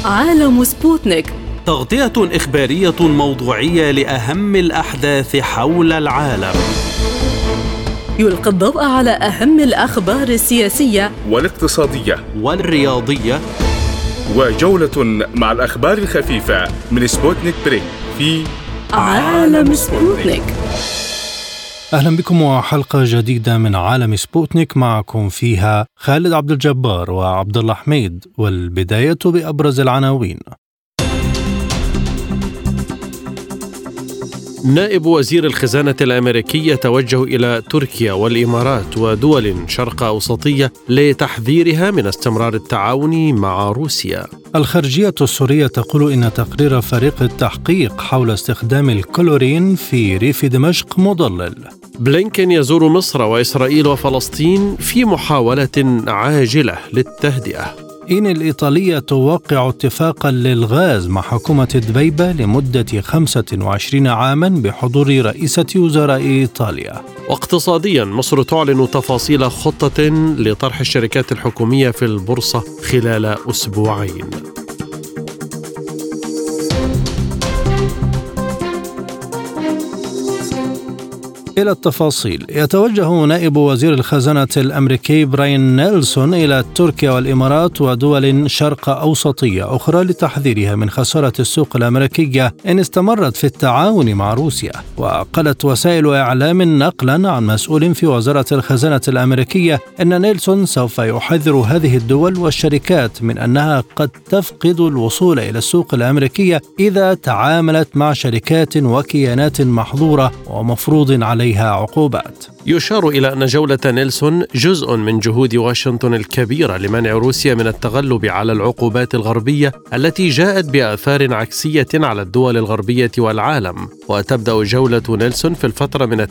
عالم سبوتنيك، تغطية إخبارية موضوعية لأهم الأحداث حول العالم. يلقي الضوء على أهم الأخبار السياسية والاقتصادية والرياضية، وجولة مع الأخبار الخفيفة من سبوتنيك بريك في عالم سبوتنيك. أهلا بكم وحلقة جديدة من عالم سبوتنيك، معكم فيها خالد عبد الجبار وعبد الله حميد. والبداية بأبرز العناوين. نائب وزير الخزانة الأمريكي يتوجه إلى تركيا والإمارات ودول شرق أوسطية لتحذيرها من استمرار التعاون مع روسيا. الخارجية السورية تقول إن تقرير فريق التحقيق حول استخدام الكلورين في ريف دمشق مضلل. بلينكن يزور مصر وإسرائيل وفلسطين في محاولة عاجلة للتهدئة. إن الإيطالية توقع اتفاقا للغاز مع حكومة دبيبة لمدة 25 عاما بحضور رئيسة وزراء إيطاليا. واقتصاديا، مصر تعلن تفاصيل خطة لطرح الشركات الحكومية في البورصة خلال أسبوعين. إلى التفاصيل. يتوجه نائب وزير الخزانة الأمريكي براين نيلسون إلى تركيا والإمارات ودول شرق أوسطية أخرى لتحذيرها من خسارة السوق الأمريكية إن استمرت في التعاون مع روسيا. وقالت وسائل إعلام نقلا عن مسؤول في وزارة الخزانة الأمريكية أن نيلسون سوف يحذر هذه الدول والشركات من أنها قد تفقد الوصول إلى السوق الأمريكية إذا تعاملت مع شركات وكيانات محظورة ومفروض عليها عقوبات. يشار إلى أن جولة نيلسون جزء من جهود واشنطن الكبيرة لمنع روسيا من التغلب على العقوبات الغربية التي جاءت بآثار عكسية على الدول الغربية والعالم. وتبدأ جولة نيلسون في الفترة من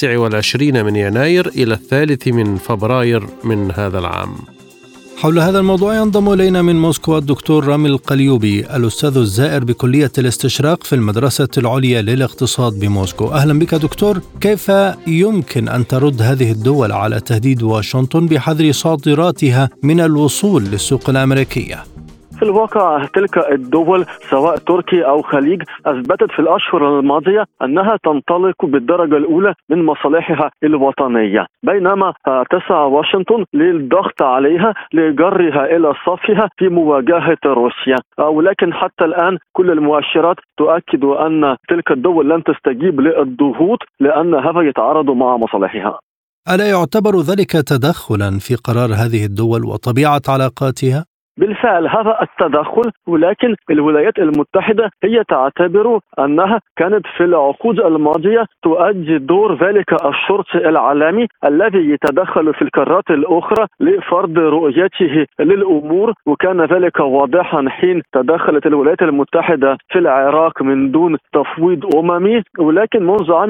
29 من يناير إلى 3 من فبراير من هذا العام. حول هذا الموضوع ينضم إلينا من موسكو الدكتور رامي القليوبي، الأستاذ الزائر بكلية الاستشراق في المدرسة العليا للاقتصاد بموسكو. أهلا بك دكتور. كيف يمكن أن ترد هذه الدول على تهديد واشنطن بحظر صادراتها من الوصول للسوق الأمريكية؟ في الواقع تلك الدول سواء تركيا أو خليج أثبتت في الأشهر الماضية أنها تنطلق بالدرجة الأولى من مصالحها الوطنية، بينما تسعى واشنطن للضغط عليها لجرها إلى صفها في مواجهة روسيا. ولكن حتى الآن كل المؤشرات تؤكد أن تلك الدول لن تستجيب للضغوط لأنها يتعارض مع مصالحها. ألا يعتبر ذلك تدخلا في قرار هذه الدول وطبيعة علاقاتها؟ بالفعل هذا التدخل، ولكن الولايات المتحدة هي تعتبر أنها كانت في العقود الماضية تؤدي دور ذلك الشرط العالمي الذي يتدخل في القارات الأخرى لفرض رؤيته للأمور، وكان ذلك واضحا حين تدخلت الولايات المتحدة في العراق من دون تفويض أممي. ولكن منذ عام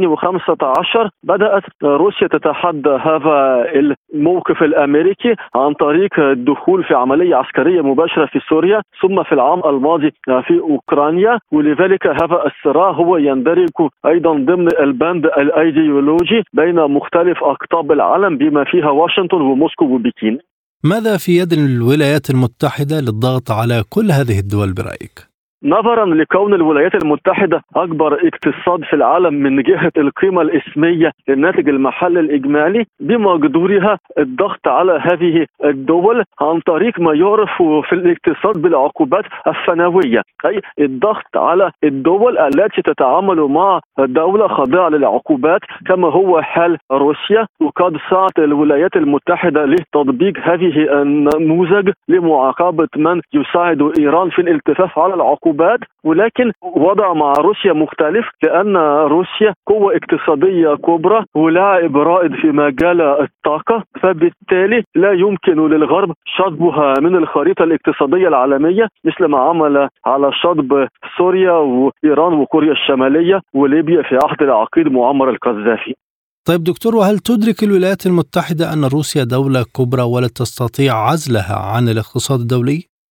2015 بدأت روسيا تتحدى هذا الموقف الأمريكي عن طريق الدخول في عملية عسكرية مباشرة في سوريا، ثم في العام الماضي في أوكرانيا. ولذلك هذا الصراع هو يندرج أيضا ضمن البند الأيديولوجي بين مختلف أقطاب العالم بما فيها واشنطن وموسكو وبكين. ماذا في يد الولايات المتحدة للضغط على كل هذه الدول برأيك؟ نظرا لكون الولايات المتحدة أكبر اقتصاد في العالم من جهة القيمة الإسمية للناتج المحلي الإجمالي، بمقدورها الضغط على هذه الدول عن طريق ما يعرف في الاقتصاد بالعقوبات الثانوية، أي الضغط على الدول التي تتعامل مع دولة خاضعة للعقوبات كما هو حال روسيا. وقد سعت الولايات المتحدة لتطبيق هذه النموذج لمعاقبة من يساعد إيران في الالتفاف على العقوبات، ولكن وضع مع روسيا مختلف لأن روسيا قوة اقتصادية كبرى ولاعب رائد في مجال الطاقة، فبالتالي لا يمكن للغرب شطبها من الخريطة الاقتصادية العالمية مثل ما عمل على شطب سوريا وإيران وكوريا الشمالية وليبيا في عهد العقيد معمر القذافي. طيب دكتور، وهل تدرك الولايات المتحدة أن روسيا دولة كبرى ولا تستطيع عزلها عن الاقتصاد الدولي؟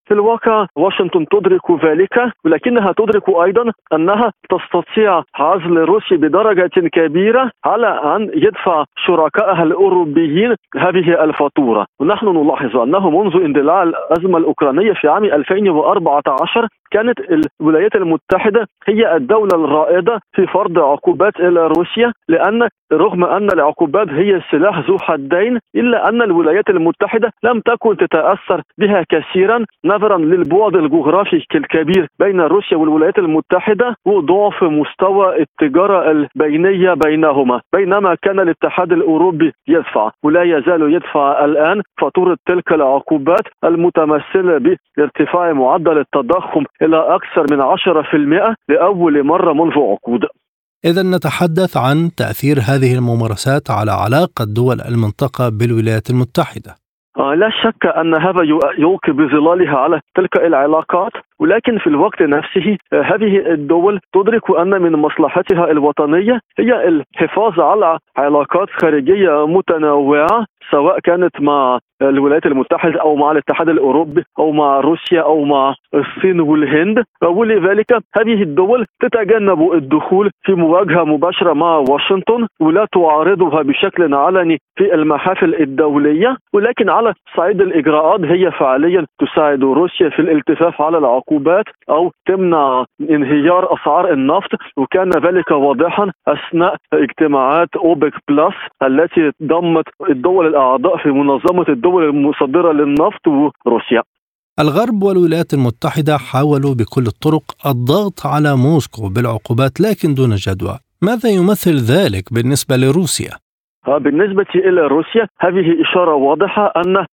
في الواقع واشنطن تدرك ذلك، ولكنها تدرك أيضا أنها تستطيع عزل روسيا بدرجة كبيرة على أن يدفع شركائها الأوروبيين هذه الفاتورة. ونحن نلاحظ أنه منذ اندلاع الأزمة الأوكرانية في عام 2014 كانت الولايات المتحدة هي الدولة الرائدة في فرض عقوبات إلى روسيا، لأن رغم أن العقوبات هي سلاح ذو حدين إلا أن الولايات المتحدة لم تكن تتأثر بها كثيرا نظرا للبعد الجغرافي الكبير بين روسيا والولايات المتحدة وضعف مستوى التجارة البينية بينهما، بينما كان الاتحاد الأوروبي يدفع ولا يزال يدفع الآن فاتورة تلك العقوبات المتمثلة بارتفاع معدل التضخم إلى أكثر من 10% لأول مرة منذ عقود. إذا نتحدث عن تأثير هذه الممارسات على علاقة دول المنطقة بالولايات المتحدة. لا شك أن هذا يلقي بظلالها على تلك العلاقات، ولكن في الوقت نفسه هذه الدول تدرك أن من مصلحتها الوطنية هي الحفاظ على علاقات خارجية متنوعة، سواء كانت مع الولايات المتحدة أو مع الاتحاد الأوروبي أو مع روسيا أو مع الصين والهند. ولذلك هذه الدول تتجنب الدخول في مواجهة مباشرة مع واشنطن ولا تعارضها بشكل علني في المحافل الدولية، ولكن على صعيد الإجراءات هي فعليا تساعد روسيا في الالتفاف على العقوبات أو تمنع انهيار أسعار النفط، وكان ذلك واضحا أثناء اجتماعات أوبك بلس التي ضمت الدول الأعضاء في منظمة الدول المصدرة للنفط وروسيا. الغرب والولايات المتحدة حاولوا بكل الطرق الضغط على موسكو بالعقوبات لكن دون جدوى. ماذا يمثل ذلك بالنسبة لروسيا؟ بالنسبة إلى روسيا هذه إشارة واضحة أن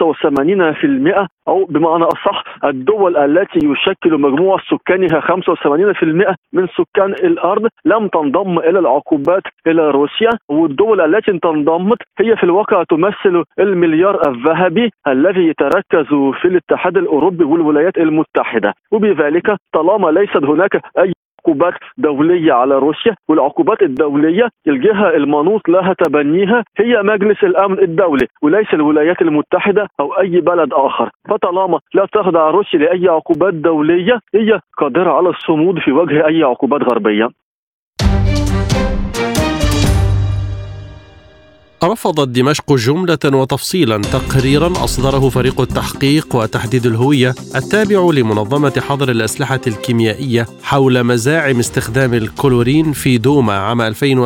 85% أو بمعنى أصح الدول التي يشكل مجموع سكانها 85% من سكان الأرض لم تنضم إلى العقوبات إلى روسيا، والدول التي انضمت هي في الواقع تمثل المليار الذهبي الذي يتركز في الاتحاد الأوروبي والولايات المتحدة. وبذلك طالما ليست هناك أي عقوبات دولية على روسيا، والعقوبات الدولية الجهة المنوط لها تبنيها هي مجلس الأمن الدولي وليس الولايات المتحدة أو أي بلد آخر، فطالما لا تخضع روسيا لأي عقوبات دولية هي قادرة على الصمود في وجه أي عقوبات غربية. رفضت دمشق جملة وتفصيلا تقريرا أصدره فريق التحقيق وتحديد الهوية التابع لمنظمة حظر الأسلحة الكيميائية حول مزاعم استخدام الكلورين في دوما عام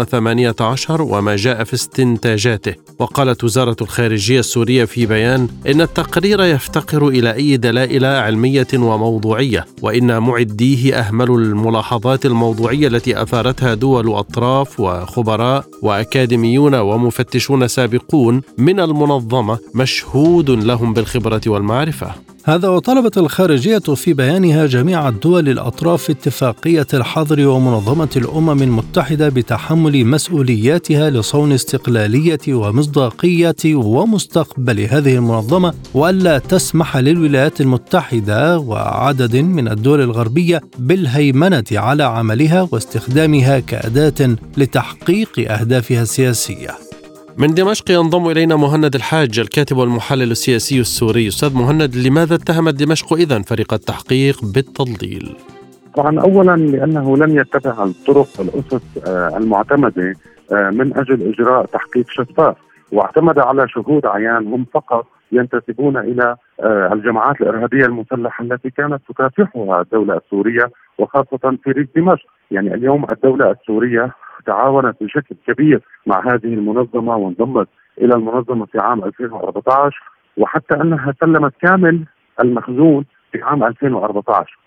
2018 وما جاء في استنتاجاته. وقالت وزارة الخارجية السورية في بيان إن التقرير يفتقر إلى أي دلائل علمية وموضوعية، وإن معديه أهملوا الملاحظات الموضوعية التي أثارتها دول أطراف وخبراء وأكاديميون ومفتشون سابقون من المنظمة مشهود لهم بالخبرة والمعرفة. هذا وطلبت الخارجية في بيانها جميع الدول الأطراف اتفاقية الحظر ومنظمة الأمم المتحدة بتحمل مسؤولياتها لصون استقلالية ومصداقية ومستقبل هذه المنظمة، وألا تسمح للولايات المتحدة وعدد من الدول الغربية بالهيمنة على عملها واستخدامها كأداة لتحقيق أهدافها السياسية. من دمشق ينضم إلينا مهند الحاج الكاتب والمحلل السياسي السوري. أستاذ مهند، لماذا اتهمت دمشق إذن فريق التحقيق بالتضليل؟ طبعا أولا لأنه لم يتبع الطرق والأسس المعتمدة من أجل إجراء تحقيق شفاف، واعتمد على شهود عيان هم فقط ينتسبون إلى الجماعات الإرهابية المسلحة التي كانت تكافحها الدولة السورية وخاصة في ريف دمشق. يعني اليوم الدولة السورية تعاونت بشكل كبير مع هذه المنظمة وانضمت إلى المنظمة في عام 2014، وحتى أنها سلمت كامل المخزون في عام 2014.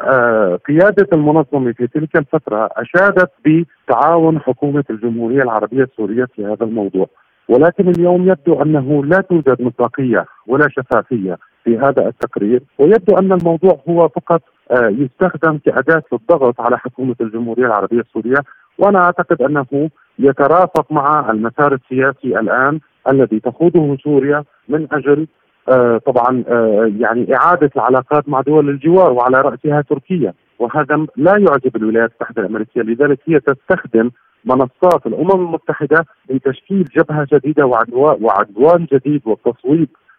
وقيادة المنظمة في تلك الفترة أشادت بتعاون حكومة الجمهورية العربية السورية في هذا الموضوع، ولكن اليوم يبدو أنه لا توجد مصداقية ولا شفافية في هذا التقرير، ويبدو أن الموضوع هو فقط يستخدم كأداة للضغط على حكومة الجمهورية العربية السورية. وأنا أعتقد أنه يترافق مع المسار السياسي الآن الذي تخوضه سوريا من أجل طبعا يعني إعادة العلاقات مع دول الجوار وعلى رأسها تركيا، وهذا لا يعجب الولايات المتحدة الأمريكية. لذلك هي تستخدم منصات الأمم المتحدة لتشكيل جبهة جديدة وعدوان جديد والتصويب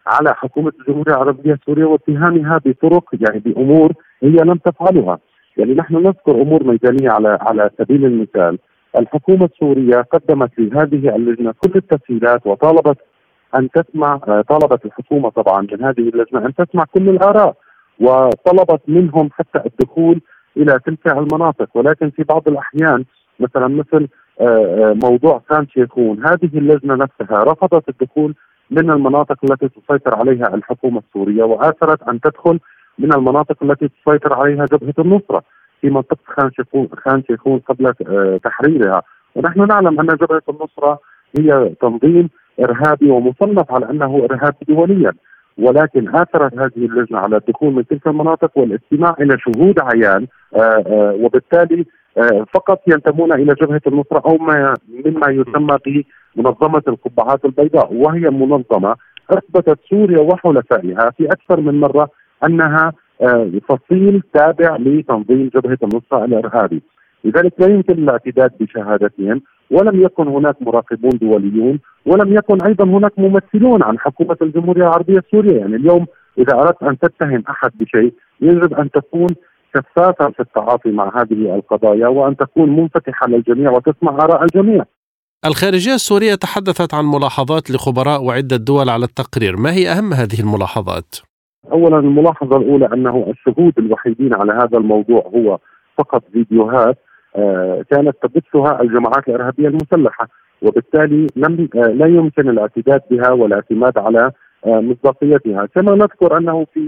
على حكومة الجمهورية العربية السورية واتهامها بطرق يعني بأمور هي لم تفعلها. يعني نحن نذكر أمور ميدانية على سبيل المثال. الحكومة السورية قدمت لهذه اللجنة كل التسهيلات وطالبت أن تسمع، طالبت الحكومة طبعا من هذه اللجنة أن تسمع كل الآراء، وطلبت منهم حتى الدخول إلى تلك المناطق، ولكن في بعض الأحيان مثل موضوع كان شيخون، هذه اللجنة نفسها رفضت الدخول من المناطق التي تسيطر عليها الحكومة السورية، وآثرت أن تدخل من المناطق التي تسيطر عليها جبهة النصرة في منطقة خان شيخون قبل تحريرها. ونحن نعلم أن جبهة النصرة هي تنظيم إرهابي ومصنف على أنه إرهابي دوليا، ولكن آثرت هذه اللجنة على الدخول من تلك المناطق والاستماع إلى شهود عيان، وبالتالي فقط ينتمون إلى جبهة النصرة أو مما يسمى بمنظمة القبعات البيضاء، وهي منظمة أثبتت سوريا وحلفائها في أكثر من مرة أنها فصيل تابع لتنظيم جبهة النصرة الإرهابي. لذلك لا يمكن الاعتداد بشهادتهم، ولم يكن هناك مراقبون دوليون، ولم يكن أيضا هناك ممثلون عن حكومة الجمهورية العربية السورية. يعني اليوم إذا أردت أن تتهم أحد بشيء يجب أن تكون شفافا في التعاطي مع هذه القضايا، وأن تكون منفتحا للجميع وتسمع آراء الجميع. الخارجية السورية تحدثت عن ملاحظات لخبراء وعدة دول على التقرير، ما هي أهم هذه الملاحظات؟ أولا الملاحظة الأولى أنه الشهود الوحيدين على هذا الموضوع هو فقط فيديوهات كانت تبثها الجماعات الإرهابية المسلحة، وبالتالي لا يمكن الاعتداد بها والاعتماد على مصداقيتها. كما نذكر أنه في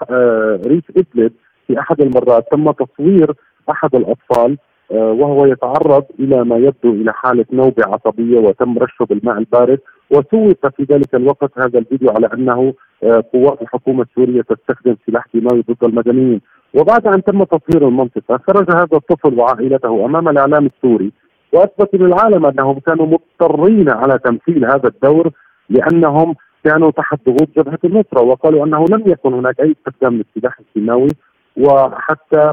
ريف إدلب في أحد المرات تم تصوير أحد الأطفال وهو يتعرض إلى ما يبدو إلى حالة نوبة عصبية وتم رشه بالماء البارد، وسوق في ذلك الوقت هذا الفيديو على أنه قوات الحكومة السورية تستخدم سلاح كيماوي ضد المدنيين. وبعد أن تم تصوير المنطقة خرج هذا الطفل وعائلته أمام الإعلام السوري وأثبتوا للعالم أنهم كانوا مضطرين على تمثيل هذا الدور لأنهم كانوا تحت ضغوط جبهة النصرة، وقالوا أنه لم يكن هناك أي استخدام للسلاح الكيماوي، وحتى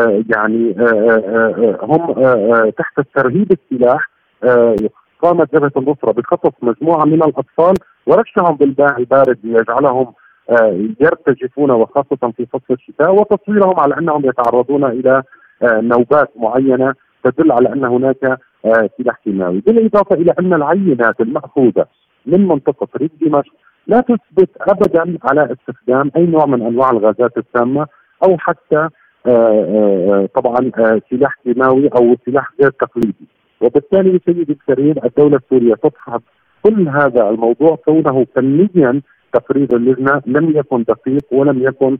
هم تحت الترهيب السلاح قامت جبهة النصرة بخطف مجموعة من الأطفال ورشهم بالماء البارد ليجعلهم يرتجفون، وخاصة في فصل الشتاء، وتصويرهم على أنهم يتعرضون إلى نوبات معينة تدل على أن هناك سلاح كيماوي، بالإضافة إلى أن العينات المأخوذة من منطقة ريف دمشق لا تثبت أبدا على استخدام أي نوع من أنواع الغازات السامة أو حتى طبعا سلاح كيماوي أو سلاح غير تقليدي. وبالتالي سيدي الكريم الدولة السورية تضحك كل هذا الموضوع كونه فنيا تقرير اللجنة لم يكن دقيق ولم يكن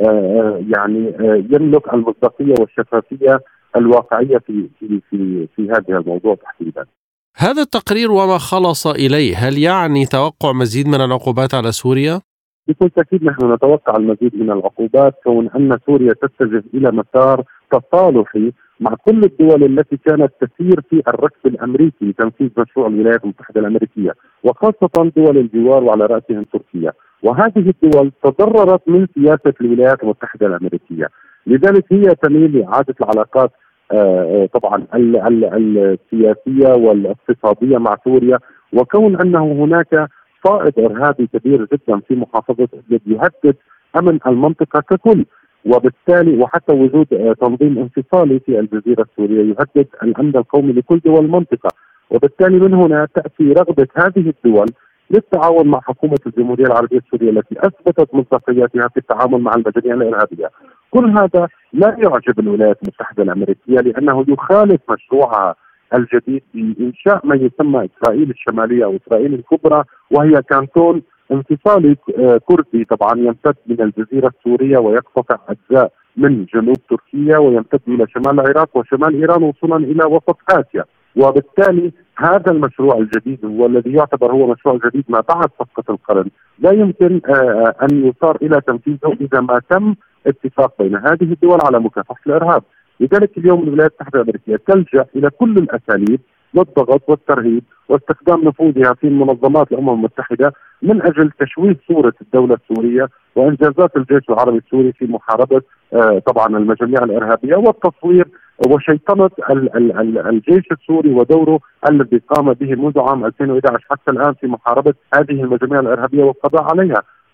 يملك المصداقية والشفافية الواقعية في هذا الموضوع تحديدا. هذا التقرير وما خلص إليه هل يعني توقع مزيد من العقوبات على سوريا؟ بكل تأكيد نحن نتوقع المزيد من العقوبات، كون أن سوريا تتجه إلى مسار تصالحي مع كل الدول التي كانت تسير في الركب الأمريكي لتنفيذ مشروع الولايات المتحدة الأمريكية، وخاصة دول الجوار وعلى رأسهم تركيا. وهذه الدول تضررت من سياسة الولايات المتحدة الأمريكية، لذلك هي تميل لإعادة العلاقات طبعا السياسية والاقتصادية مع سوريا، وكون أنه هناك صائد إرهابي كبير جدا في محافظة إدلب يهدد أمن المنطقة ككل، وبالتالي وحتى وجود تنظيم انفصالي في الجزيرة السورية يهدد الأمن القومي لكل دول المنطقة. وبالتالي من هنا تأتي رغبة هذه الدول للتعاون مع حكومة الجمهورية العربية السورية التي أثبتت مصداقيتها في التعامل مع المجاميع الإرهابية. كل هذا لا يعجب الولايات المتحدة الأمريكية لأنه يخالف مشروعها الجديد بإنشاء ما يسمى إسرائيل الشمالية أو إسرائيل الكبرى، وهي كانتون انفصالي كردي طبعا يمتد من الجزيرة السورية ويقتطع أجزاء من جنوب تركيا ويمتد إلى شمال العراق وشمال إيران وصولا إلى وسط آسيا. وبالتالي هذا المشروع الجديد هو الذي يعتبر هو مشروع جديد ما بعد صفقة القرن، لا يمكن أن يصار إلى تنفيذه إذا ما تم اتفاق بين هذه الدول على مكافحة الإرهاب. لذلك اليوم الولايات المتحدة الأمريكية تلجأ إلى كل الأساليب للضغط والترهيب واستخدام نفوذها في منظمات الأمم المتحدة من أجل تشويه صورة الدولة السورية وإنجازات الجيش العربي السوري في محاربة طبعا المجاميع الإرهابية والتصوير وشيطنة الجيش السوري ودوره الذي قام به منذ عام 2011 حتى الآن في محاربة هذه المجاميع الإرهابية والقضاء عليها.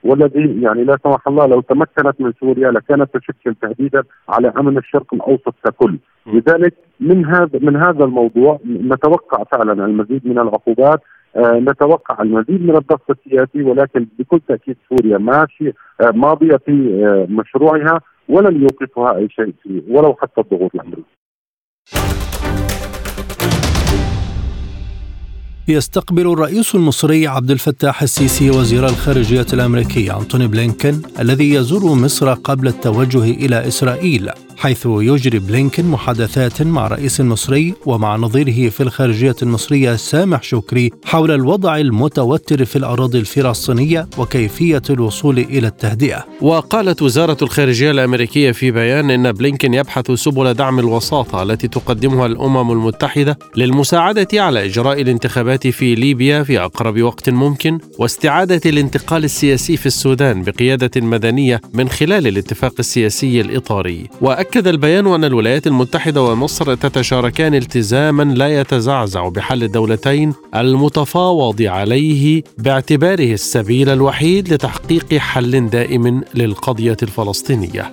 والذي يعني لا سمح الله لو تمكنت من سوريا لكانت تشكل تهديدا على امن الشرق الاوسط ككل. لذلك من هذا الموضوع نتوقع فعلا المزيد من العقوبات، نتوقع المزيد من الضغط السياسي، ولكن بكل تاكيد سوريا ماضيه في مشروعها ولن يوقفها اي شيء فيه ولو حتى الضغوط الامريكيه. يستقبل الرئيس المصري عبد الفتاح السيسي وزير الخارجية الأمريكي أنتوني بلينكن الذي يزور مصر قبل التوجه إلى إسرائيل، حيث يجري بلينكن محادثات مع الرئيس المصري ومع نظيره في الخارجية المصرية سامح شكري حول الوضع المتوتر في الأراضي الفلسطينية وكيفية الوصول إلى التهدئة. وقالت وزارة الخارجية الأمريكية في بيان إن بلينكن يبحث سبل دعم الوساطة التي تقدمها الأمم المتحدة للمساعدة على إجراء الانتخابات في ليبيا في أقرب وقت ممكن، واستعادة الانتقال السياسي في السودان بقيادة مدنية من خلال الاتفاق السياسي الإطاري. وأكد البيان أن الولايات المتحدة ومصر تتشاركان التزاما لا يتزعزع بحل الدولتين المتفاوض عليه باعتباره السبيل الوحيد لتحقيق حل دائم للقضية الفلسطينية.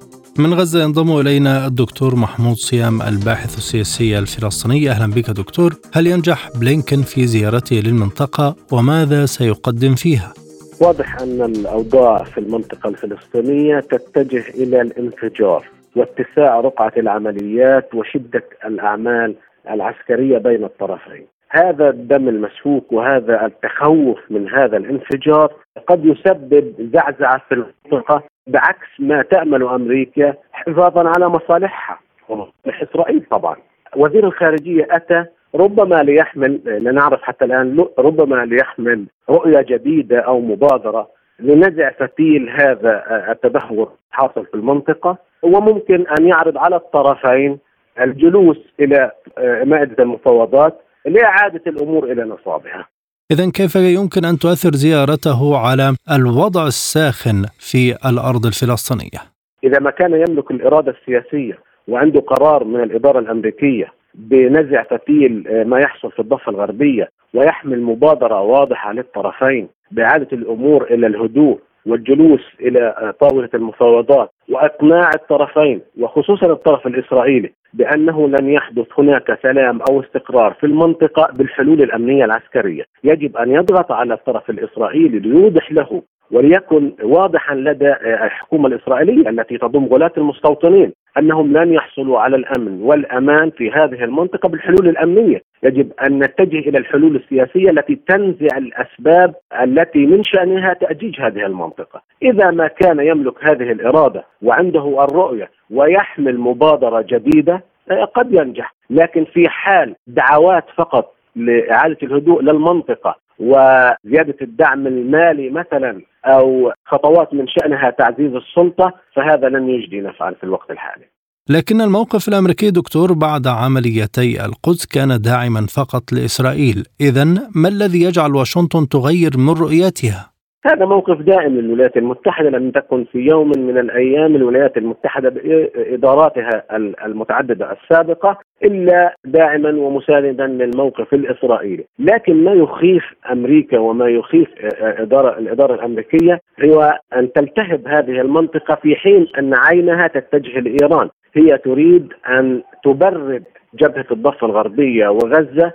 من غزة ينضم إلينا الدكتور محمود صيام الباحث السياسي الفلسطيني. أهلا بك دكتور. هل ينجح بلينكن في زيارته للمنطقة وماذا سيقدم فيها؟ واضح أن الأوضاع في المنطقة الفلسطينية تتجه إلى الانفجار واتساع رقعة العمليات وشدة الأعمال العسكرية بين الطرفين. هذا الدم المسفوك وهذا التخوف من هذا الانفجار قد يسبب زعزعة في المنطقة بعكس ما تأمل أمريكا حفاظا على مصالحها ومصالح إسرائيل. طبعا وزير الخارجية أتى ربما ليحمل، لا نعرف حتى الآن، ربما ليحمل رؤية جديدة أو مبادرة لنزع فتيل هذا التدهور الحاصل في المنطقة، وممكن أن يعرض على الطرفين الجلوس إلى مائدة المفاوضات لإعادة الأمور إلى نصابها. إذن كيف يمكن أن تؤثر زيارته على الوضع الساخن في الأرض الفلسطينية؟ إذا ما كان يملك الإرادة السياسية وعنده قرار من الإدارة الأمريكية بنزع فتيل ما يحصل في الضفة الغربية ويحمل مبادرة واضحة للطرفين بإعادة الأمور إلى الهدوء والجلوس إلى طاولة المفاوضات وإقناع الطرفين وخصوصا الطرف الإسرائيلي بأنه لن يحدث هناك سلام أو استقرار في المنطقة بالحلول الأمنية العسكرية، يجب أن يضغط على الطرف الإسرائيلي ليوضح له وليكن واضحا لدى الحكومة الإسرائيلية التي تضم غلاة المستوطنين أنهم لن يحصلوا على الأمن والأمان في هذه المنطقة بالحلول الأمنية. يجب أن نتجه إلى الحلول السياسية التي تنزع الأسباب التي من شأنها تأجيج هذه المنطقة. إذا ما كان يملك هذه الإرادة وعنده الرؤية ويحمل مبادرة جديدة قد ينجح، لكن في حال دعوات فقط لإعادة الهدوء للمنطقة وزيادة الدعم المالي مثلا أو خطوات من شأنها تعزيز السلطة فهذا لن يجدي نفعا في الوقت الحالي. لكن الموقف الأمريكي دكتور بعد عمليتي القدس كان داعما فقط لإسرائيل، إذن ما الذي يجعل واشنطن تغير من رؤيتها؟ هذا موقف دائم للولايات المتحدة. لم تكن في يوم من الأيام الولايات المتحدة بإداراتها المتعددة السابقة إلا داعما ومساندا للموقف الإسرائيلي، لكن ما يخيف أمريكا وما يخيف الإدارة الأمريكية هو أن تلتهب هذه المنطقة في حين أن عينها تتجه لإيران. هي تريد أن تبرد جبهة الضفة الغربية وغزة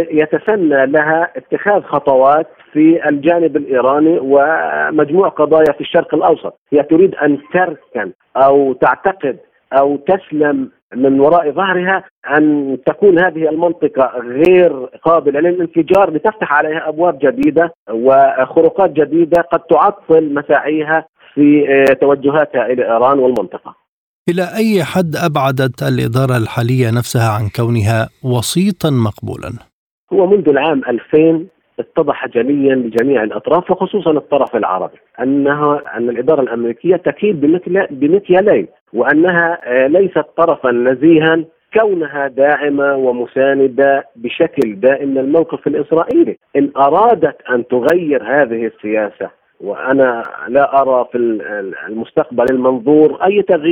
ليتسنى لها اتخاذ خطوات في الجانب الإيراني ومجموع قضايا في الشرق الأوسط. هي تريد أن تركن أو تعتقد أو تسلم من وراء ظهرها أن تكون هذه المنطقة غير قابلة للانفجار لتفتح عليها أبواب جديدة وخروقات جديدة قد تعطل مساعيها في توجهاتها إلى إيران والمنطقة. إلى أي حد أبعدت الإدارة الحالية نفسها عن كونها وسيطا مقبولا؟ هو منذ العام 2000 اتضح جليا لجميع الأطراف وخصوصا الطرف العربي أن الإدارة الأمريكية تكيد بمكيالين، وأنها ليست طرفا نزيها كونها داعمة ومساندة بشكل دائم للموقف الإسرائيلي. إن أرادت أن تغير هذه السياسة، وأنا لا أرى في المستقبل المنظور أي تغيير،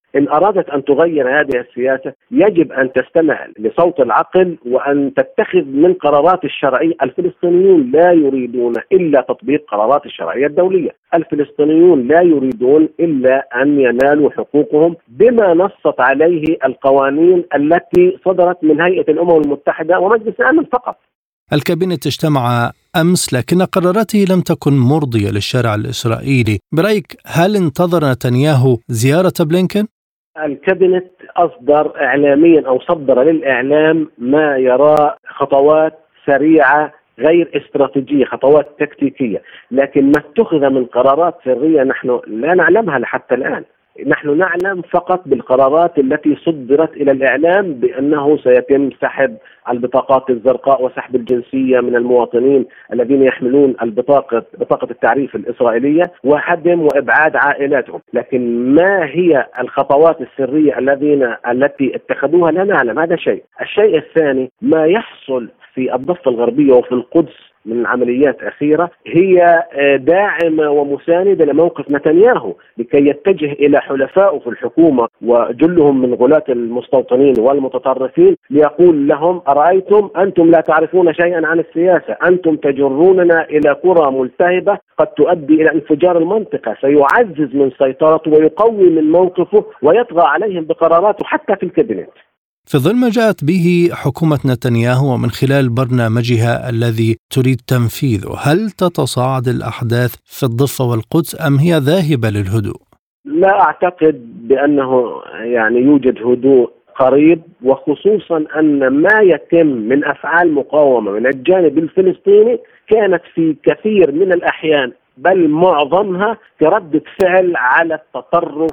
إن أرادت أن تغير هذه السياسة يجب أن تستمع لصوت العقل وأن تتخذ من قرارات الشرعية. الفلسطينيون لا يريدون إلا تطبيق قرارات الشرعية الدولية. الفلسطينيون لا يريدون إلا أن ينالوا حقوقهم بما نصت عليه القوانين التي صدرت من هيئة الأمم المتحدة ومجلس الأمن فقط. الكابينت اجتمع أمس لكن قراراته لم تكن مرضية للشارع الإسرائيلي. برأيك هل انتظر نتنياهو زيارة بلينكن؟ الكابينت أصدر إعلاميا أو صدر للإعلام ما يرى خطوات سريعة غير استراتيجية، خطوات تكتيكية، لكن ما اتخذ من قرارات سرية نحن لا نعلمها حتى الآن. نحن نعلم فقط بالقرارات التي صدرت إلى الإعلام بأنه سيتم سحب البطاقات الزرقاء وسحب الجنسية من المواطنين الذين يحملون بطاقة التعريف الإسرائيلية وحدهم وإبعاد عائلاتهم، لكن ما هي الخطوات السرية التي اتخذوها لا نعلم. هذا شيء. الشيء الثاني ما يحصل في الضفة الغربية وفي القدس من عمليات أخيرة هي داعمة ومساندة لموقف نتنياهو لكي يتجه إلى حلفائه في الحكومة وجلهم من غلاة المستوطنين والمتطرفين ليقول لهم أرأيتم أنتم لا تعرفون شيئا عن السياسة، أنتم تجروننا إلى كرة ملتهبة قد تؤدي إلى انفجار المنطقة. سيعزز من سيطرته ويقوي من موقفه ويطغى عليهم بقراراته حتى في الكابينت. في ظل ما جاءت به حكومة نتنياهو ومن خلال برنامجها الذي تريد تنفيذه، هل تتصاعد الأحداث في الضفة والقدس أم هي ذاهبة للهدوء؟ لا أعتقد بأنه يوجد هدوء قريب، وخصوصا أن ما يتم من أفعال مقاومة من الجانب الفلسطيني كانت في كثير من الأحيان بل معظمها كردة فعل على التطرف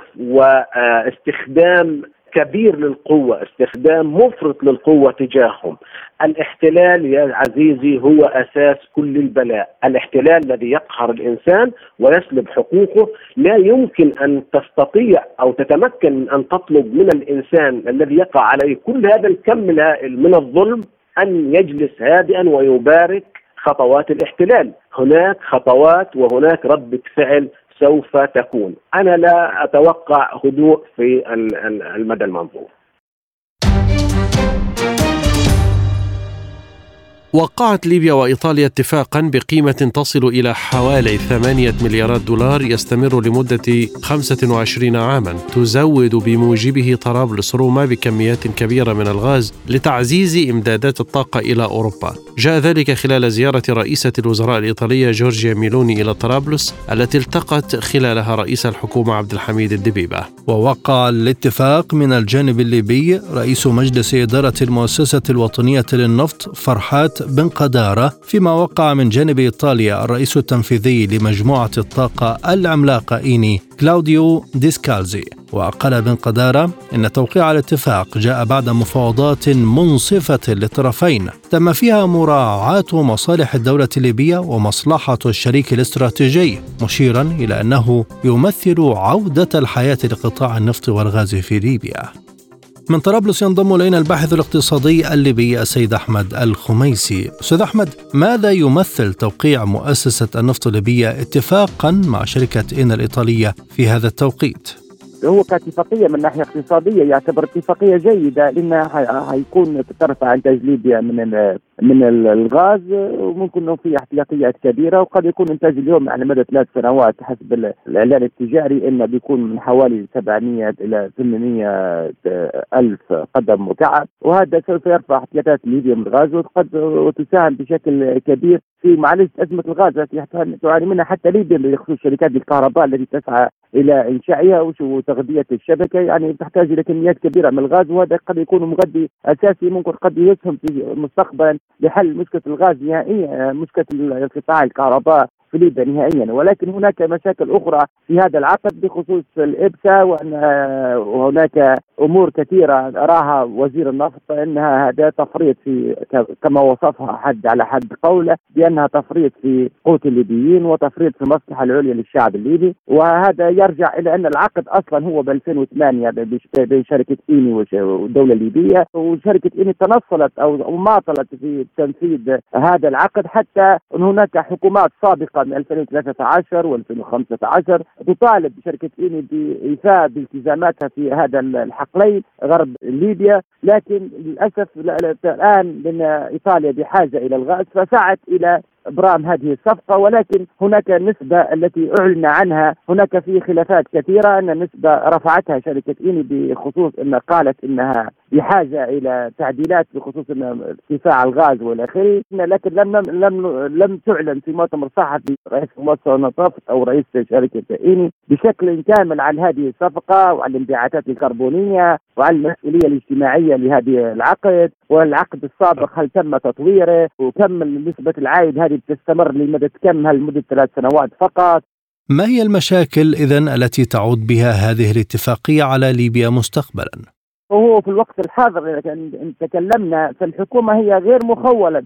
واستخدام كبير للقوة، استخدام مفرط للقوة تجاههم. الاحتلال يا عزيزي هو أساس كل البلاء. الاحتلال الذي يقهر الإنسان ويسلب حقوقه. لا يمكن أن تستطيع أو تتمكن من أن تطلب من الإنسان الذي يقع عليه كل هذا الكم الهائل من الظلم أن يجلس هادئا ويبارك خطوات الاحتلال. هناك خطوات وهناك ردة فعل سوف تكون. أنا لا أتوقع هدوء في المدى المنظور. وقعت ليبيا وإيطاليا اتفاقا بقيمة تصل إلى حوالي 8 مليارات دولار يستمر لمدة 25 عاما، تزود بموجبه طرابلس روما بكميات كبيرة من الغاز لتعزيز إمدادات الطاقة إلى أوروبا. جاء ذلك خلال زيارة رئيسة الوزراء الإيطالية جورجيا ميلوني إلى طرابلس التي التقت خلالها رئيس الحكومة عبد الحميد الدبيبة. ووقع الاتفاق من الجانب الليبي رئيس مجلس إدارة المؤسسة الوطنية للنفط فرحات بن قدارة، فيما وقع من جانب إيطاليا الرئيس التنفيذي لمجموعة الطاقة العملاقة إيني كلاوديو ديسكالزي. وقال بن قدارة إن توقيع الاتفاق جاء بعد مفاوضات منصفة للطرفين تم فيها مراعاة مصالح الدولة الليبية ومصلحة الشريك الاستراتيجي، مشيرا إلى أنه يمثل عودة الحياة لقطاع النفط والغاز في ليبيا. من طرابلس ينضم إلينا الباحث الاقتصادي الليبي السيد أحمد الخميسي. أستاذ أحمد، ماذا يمثل توقيع مؤسسة النفط الليبية اتفاقا مع شركة إينا الإيطالية في هذا التوقيت؟ هو كاتفاقية من ناحية اقتصادية يعتبر اتفاقية جيدة، لأنها هيكون ترفع إنتاج ليبيا من الغاز، وممكن أنه في احتياطيات كبيرة، وقد يكون إنتاج اليوم على مدى 3 سنوات حسب الإعلان التجاري إنه بيكون من حوالي 700 إلى 800 ألف قدم مكعب، وهذا سوف يرفع احتياطات ليبيا من الغاز وتساهم بشكل كبير في معالجة أزمة الغاز التي تعاني منها حتى ليبيا بخصوص شركات الكهرباء التي تسعى إلى إنشائها وتغذية الشبكة، تحتاج إلى كميات كبيرة من الغاز، وهذا قد يكون مغذي أساسي ممكن قد يسهم في مستقبلا لحل مشكلة الغاز نهائيا، مشكلة انقطاع الكهرباء في ليبيا نهائيا. ولكن هناك مشاكل أخرى في هذا العقد بخصوص الإبسا، وهناك أمور كثيرة راها وزير النفط أنها هذا تفريط في كما وصفها على حد قوله بأنها تفريط في قوت الليبيين وتفريط في المصلحة العليا للشعب الليبي. وهذا يرجع إلى أن العقد أصلا هو ب 2008 بين شركة إيني والدولة الليبية، وشركة إيني تنصلت أو ماطلت في تنفيذ هذا العقد حتى أن هناك حكومات سابقة الصفقة من 2013 و2015 تطالب شركة إيني بإيفاء بالتزاماتها في هذا الحقلين غرب ليبيا، لكن للأسف الآن لأن إيطاليا بحاجة إلى الغاز فسعت إلى إبرام هذه الصفقة، ولكن هناك النسبة التي أعلن عنها هناك في خلافات كثيرة، أن النسبة رفعتها شركة إيني بخصوص أن قالت أنها بحاجة إلى تعديلات بخصوص ارتفاع الغاز والى آخره، لكن لم تعلن في مؤتمر صحفي رئيس مؤسسة النفط أو رئيس شركة إيني بشكل كامل عن هذه الصفقة وعن الانبعاثات الكربونية وعن المسؤولية الاجتماعية لهذه العقد، والعقد السابق هل تم تطويره وكم نسبة العائد هذه بتستمر لمدة كم، هل مدة 3 سنوات فقط. ما هي المشاكل إذن التي تعود بها هذه الاتفاقية على ليبيا مستقبلا؟ وهو في الوقت الحاضر إن تكلمنا فالحكومة هي غير مخولة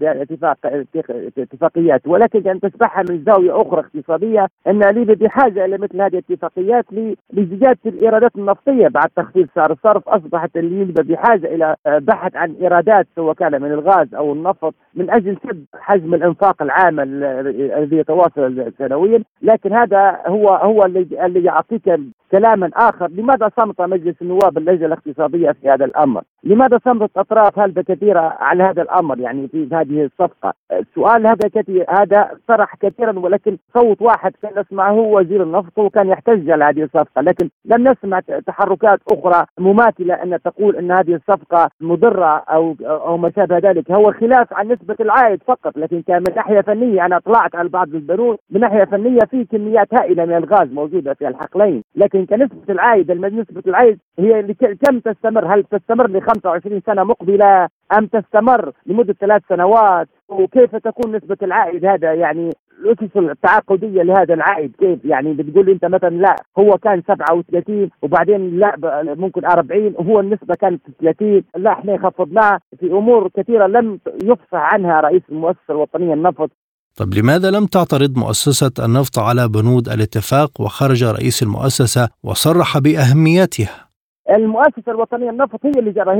باتفاقيات، ولكن أن تسبحها من زاوية أخرى اقتصادية، أن ليبيا بحاجة إلى مثل هذه الاتفاقيات لزيادة الإيرادات النفطية. بعد تخفيض سعر الصرف أصبحت ليبيا بحاجة إلى بحث عن إيرادات سواء كان من الغاز أو النفط من أجل سد حجم الإنفاق العام الذي يتواصل سنويا. لكن هذا هو اللي يعطيك كلاما آخر. لماذا صمت مجلس النواب اللجنة الاقتصادية في هذا الأمر؟ لماذا صمتت أطراف هلبة كثيرة على هذا الأمر يعني في هذه الصفقة؟ السؤال هذا طرح كثيرا، ولكن صوت واحد كان نسمعه هو وزير النفط وكان يحتج على هذه الصفقة، لكن لم نسمع تحركات أخرى مماثلة أن تقول أن هذه الصفقة مضرة أو ما شابه ذلك. هو خلاف عن نسبة العائد فقط، لكن كان من ناحية فنية أنا طلعت على بعض البنود من ناحية فنية في كميات هائلة من الغاز موجودة في الحقلين، لكن كنسبة العائد نسبة العائد هي اللي كم تستمر؟ هل تستمر ل 25 سنة مقبلة أم تستمر لمدة 3 سنوات؟ وكيف تكون نسبة العائد هذا؟ يعني الأسس التعاقدية لهذا العائد كيف؟ يعني بتقول انت مثلا لا هو كان 37 وبعدين لا ممكن 40 وهو النسبة كانت 30، لا احنا خفضناها في امور كثيرة لم يفصح عنها رئيس المؤسسة الوطنية النفط. طب لماذا لم تعترض مؤسسة النفط على بنود الاتفاق وخرج رئيس المؤسسة وصرح بأهميتها؟ المؤسسة الوطنية النفط هي اللي جرى،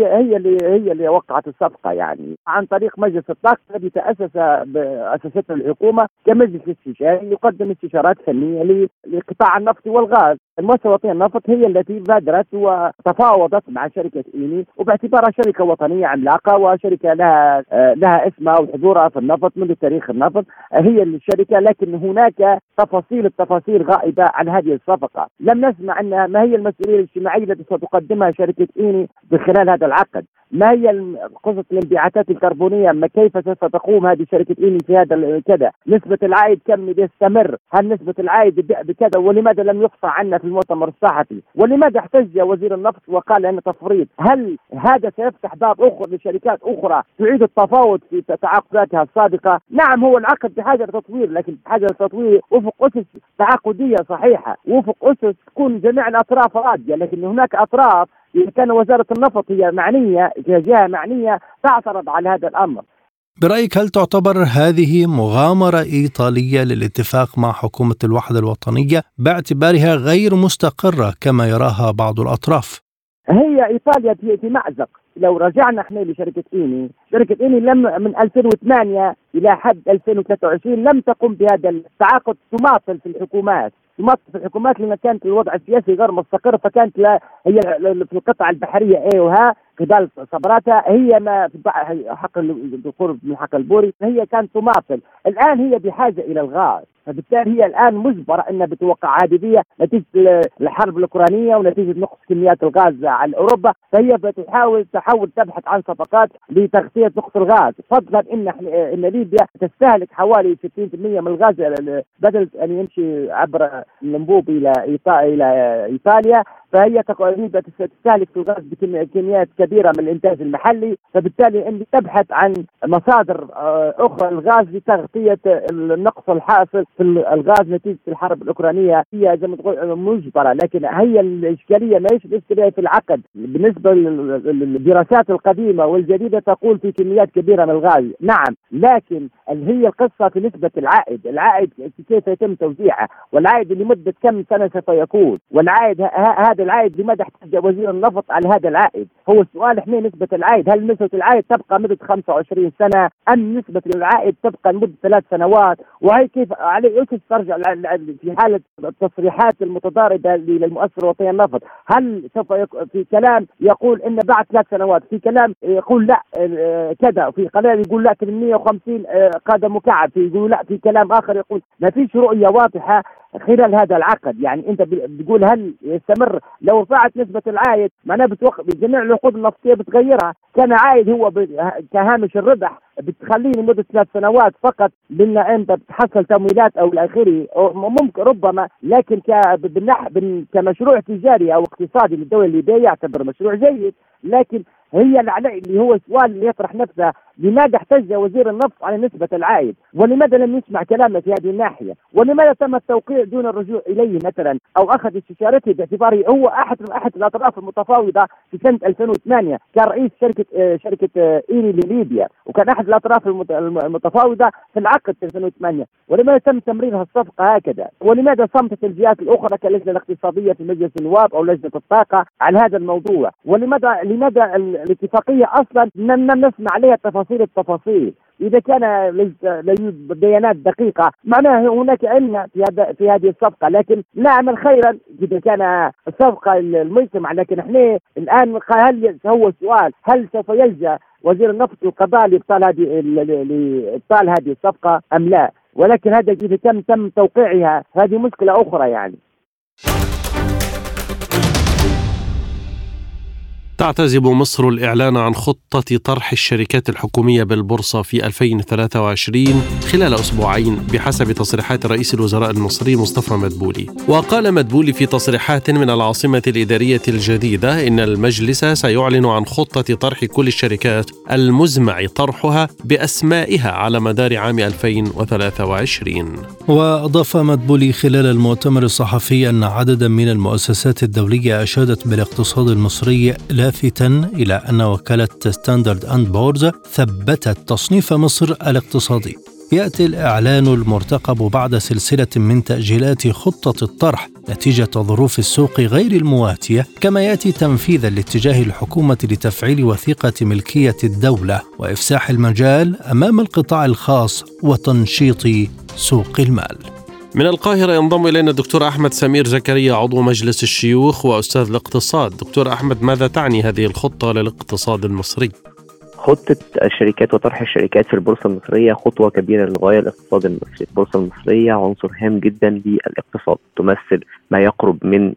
هي اللي وقعت الصفقة يعني عن طريق مجلس الطاقة الذي أسسته الحكومة كمجلس استشاري يقدم استشارات فنية لقطاع النفط والغاز. المؤسسة الوطنية النفط هي التي بادرت وتفاوضت مع شركة إيني، وباعتبارها شركة وطنية عملاقة وشركة لها اسمها وحضورها في النفط منذ تاريخ النفط، هي الشركة. لكن هناك التفاصيل غائبة عن هذه الصفقة. لم نسمع أنها ما هي المسؤولية الاجتماعية التي ستقدمها شركة إيني بخلال هذا العقد، ما هي قصة الانبعاثات الكربونية، ما كيف ستقوم هذه شركة إيني في هذا كذا، نسبة العائد كم يستمر، هل نسبة العائد بكذا، ولماذا لم يقطع عنا في المؤتمر الصحفي، ولماذا احتج وزير النفط وقال أن تفريط؟ هل هذا سيفتح باب آخر لشركات أخرى تعيد التفاوض في تعاقداتها السابقة؟ نعم هو العقد بحاجة لتطوير، لكن بحاجة لتطوير وفق أسس تعاقدية صحيحة، وفق أسس تكون جميع الأطراف راضية. لكن هناك أطراف إذا كان وزارة النفط هي معنية كجهة معنية تعترض على هذا الأمر. برأيك هل تعتبر هذه مغامرة إيطالية للاتفاق مع حكومة الوحدة الوطنية باعتبارها غير مستقرة كما يراها بعض الأطراف؟ هي إيطاليا في مأزق. لو رجعنا احنا لشركة إيني، شركة إيني لم من 2008 إلى حد 2023 لم تقم بهذا التعاقد، تماطل في الحكومات لأن كانت الوضع السياسي غير مستقر، فكانت هي في القطعة البحرية وها قبال صبراتها هي ما في حق القرب من حق البوري، هي كانت تماطل. الآن هي بحاجة إلى الغاز، فبالتالي هي الآن مجبرة أنها بتوقع عادية نتيجة الحرب الأوكرانية ونتيجة نقص كميات الغاز على أوروبا، فهي بتحاول تبحث عن صفقات لتغطية نقص الغاز، فضلا إن ليبيا تستهلك حوالي 60% من الغاز بدل أن يمشي عبر الأنبوب إلى إيطاليا، فهي ليبيا تستهلك الغاز بكميات كبيرة من الإنتاج المحلي، فبالتالي أن تبحث عن مصادر أخرى للغاز لتغطية النقص الحاصل في الغاز نتيجة الحرب الأوكرانية. هي زي ما تقول مجبرة، لكن هي الإشكالية ما هيش الإشكالية في العقد. بالنسبة للدراسات القديمة والجديدة تقول في كميات كبيرة من الغاز، نعم، لكن هي القصة في نسبة العائد كيف يتم توزيعه، والعائد لمدة كم سنة سوف يكون، والعائد هذا هذا العائد لماذا احتج وزير النفط على هذا العائد؟ هو السؤال احنا نسبة العائد، هل نسبة العائد تبقى مدة 25 سنة أم نسبة العائد تبقى لمدة 3 سنوات؟ وهي كيف عليه ايش ترجع في حالة التصريحات المتضاربة للمؤسسة الوطنية للنفط؟ هل سوف في كلام يقول ان بعد 3 سنوات، في كلام يقول لا كذا، في كلام يقول لا 850 قادة مكعب، في يقول لا، في كلام آخر يقول ما فيش رؤية واضحة خلال هذا العقد. يعني انت بتقول هل يستمر لو رفعت نسبة العائد معناه بجميع العقود النفطية بتغيرها، كان عائد هو كهامش الربح بتخليه لمدة 3 سنوات فقط، بان انت بتحصل تمويلات او الى ممكن ربما، لكن كمشروع تجاري او اقتصادي للدولة الليبية يعتبر مشروع جيد. لكن هي اللي هو السؤال اللي يطرح نفسه، لماذا احتج وزير النفط على نسبة العائد؟ ولماذا لم يسمع كلامه في هذه الناحية؟ ولماذا تم التوقيع دون الرجوع إليه مثلا أو أخذ استشارته باعتباره هو أحد الأطراف المتفاوضة في سنة 2008 كان رئيس شركة إيري لليبيا، وكان أحد الأطراف المتفاوضة في العقد في 2008. ولماذا تم تمرير الصفقة هكذا؟ ولماذا صمتت الجهات الأخرى كاللجنة الاقتصادية في مجلس النواب أو لجنة الطاقة على هذا الموضوع؟ ولماذا الاتفاقية أصلا لم نسمع عليها التفاصيل؟ إذا كان بيانات دقيقة معناه هناك علم في هذه الصفقة، لكن نعمل خيرا إذا كان الصفقة المجتمع. لكن احنا الآن هو السؤال، هل سوف يلجأ وزير النفط والقضاء لإبطال هذه الصفقة أم لا؟ ولكن هذا إذا تم توقيعها هذه مشكلة أخرى. يعني تعتزم مصر الإعلان عن خطة طرح الشركات الحكومية بالبورصة في 2023 خلال أسبوعين بحسب تصريحات رئيس الوزراء المصري مصطفى مدبولي. وقال مدبولي في تصريحات من العاصمة الإدارية الجديدة إن المجلس سيعلن عن خطة طرح كل الشركات المزمع طرحها بأسمائها على مدار عام 2023. وأضاف مدبولي خلال المؤتمر الصحفي أن عددا من المؤسسات الدولية أشادت بالاقتصاد المصري، لافتا إلى أن وكالة ستاندرد أند بورز ثبتت تصنيف مصر الاقتصادي. يأتي الإعلان المرتقب بعد سلسلة من تأجيلات خطة الطرح نتيجة ظروف السوق غير المواتية، كما يأتي تنفيذا لاتجاه الحكومة لتفعيل وثيقة ملكية الدولة وإفساح المجال أمام القطاع الخاص وتنشيط سوق المال. من القاهرة ينضم إلينا الدكتور أحمد سمير زكريا عضو مجلس الشيوخ وأستاذ الاقتصاد. دكتور أحمد، ماذا تعني هذه الخطة للاقتصاد المصري؟ خطة الشركات وطرح الشركات في البورصة المصرية خطوة كبيرة للغاية للاقتصاد المصري. البورصة المصرية عنصر هام جدا للاقتصاد، تمثل ما يقرب من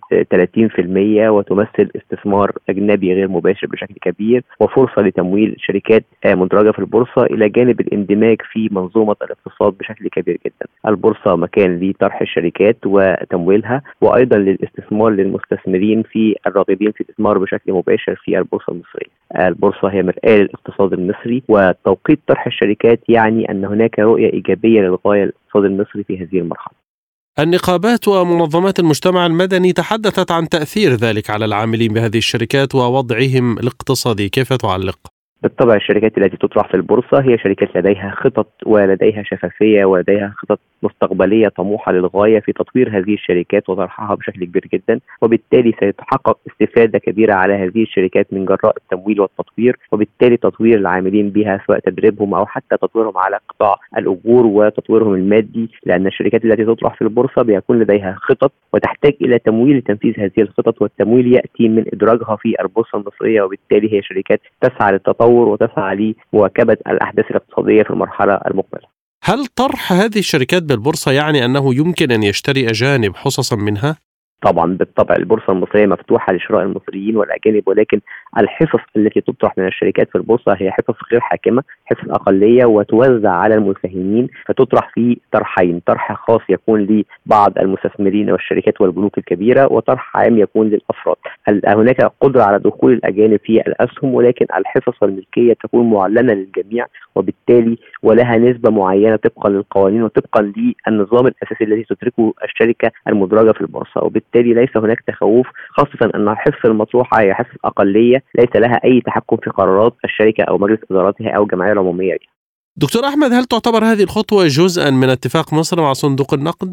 30% وتمثل استثمار أجنبي غير مباشر بشكل كبير وفرصة لتمويل شركات مدرجة في البورصة إلى جانب الاندماج في منظومة الاقتصاد بشكل كبير جدا. البورصة مكان لطرح الشركات وتمويلها وأيضا للاستثمار للمستثمرين في الراغبين في الاستثمار بشكل مباشر في البورصة المصرية. البورصة هي مرآة للاقتصاد المصري، وتوقيت طرح الشركات يعني أن هناك رؤية إيجابية للغاية للاقتصاد المصري في هذه المرحلة. النقابات ومنظمات المجتمع المدني تحدثت عن تأثير ذلك على العاملين بهذه الشركات ووضعهم الاقتصادي، كيف تعلق؟ بالطبع الشركات التي تطرح في البورصة هي شركات لديها خطط ولديها شفافية ولديها خطط مستقبلية طموحة للغاية في تطوير هذه الشركات وطرحها بشكل كبير جدا، وبالتالي سيتحقق استفادة كبيرة على هذه الشركات من جراء التمويل والتطوير، وبالتالي تطوير العاملين بها سواء تدريبهم أو حتى تطويرهم على قطاع الأجور وتطويرهم المادي، لأن الشركات التي تطرح في البورصة بيكون لديها خطط وتحتاج إلى تمويل لتنفيذ هذه الخطط، والتمويل يأتي من إدراجها في البورصة المصرية، وبالتالي هي شركات تسعى للتطور وتسعى لمواكبة الأحداث الاقتصادية في المرحلة المقبلة. هل طرح هذه الشركات بالبورصة يعني أنه يمكن أن يشتري أجانب حصصا منها؟ طبعا بالطبع البورصة المصرية مفتوحة لشراء المصريين والأجانب، ولكن الحصص التي تطرح من الشركات في البورصة هي حصص غير حاكمة، حصص أقلية وتوزع على المساهمين، فتطرح في طرحين: طرح خاص يكون لبعض المستثمرين والشركات والبنوك الكبيرة، وطرح عام يكون للأفراد. هناك قدرة على دخول الأجانب في الأسهم، ولكن الحصص والملكية تكون معلنة للجميع، وبالتالي ولها نسبة معينة طبقا للقوانين وطبقا للنظام الأساسي الذي تدركه الشركة المدرجة في البورصة، وبالتالي ليس هناك تخوف، خاصة أن الحصة المطروحة هي حصة أقلية ليس لها أي تحكم في قرارات الشركة أو مجلس إداراتها أو الجمعية العمومية. دكتور أحمد، هل تعتبر هذه الخطوة جزءا من اتفاق مصر مع صندوق النقد؟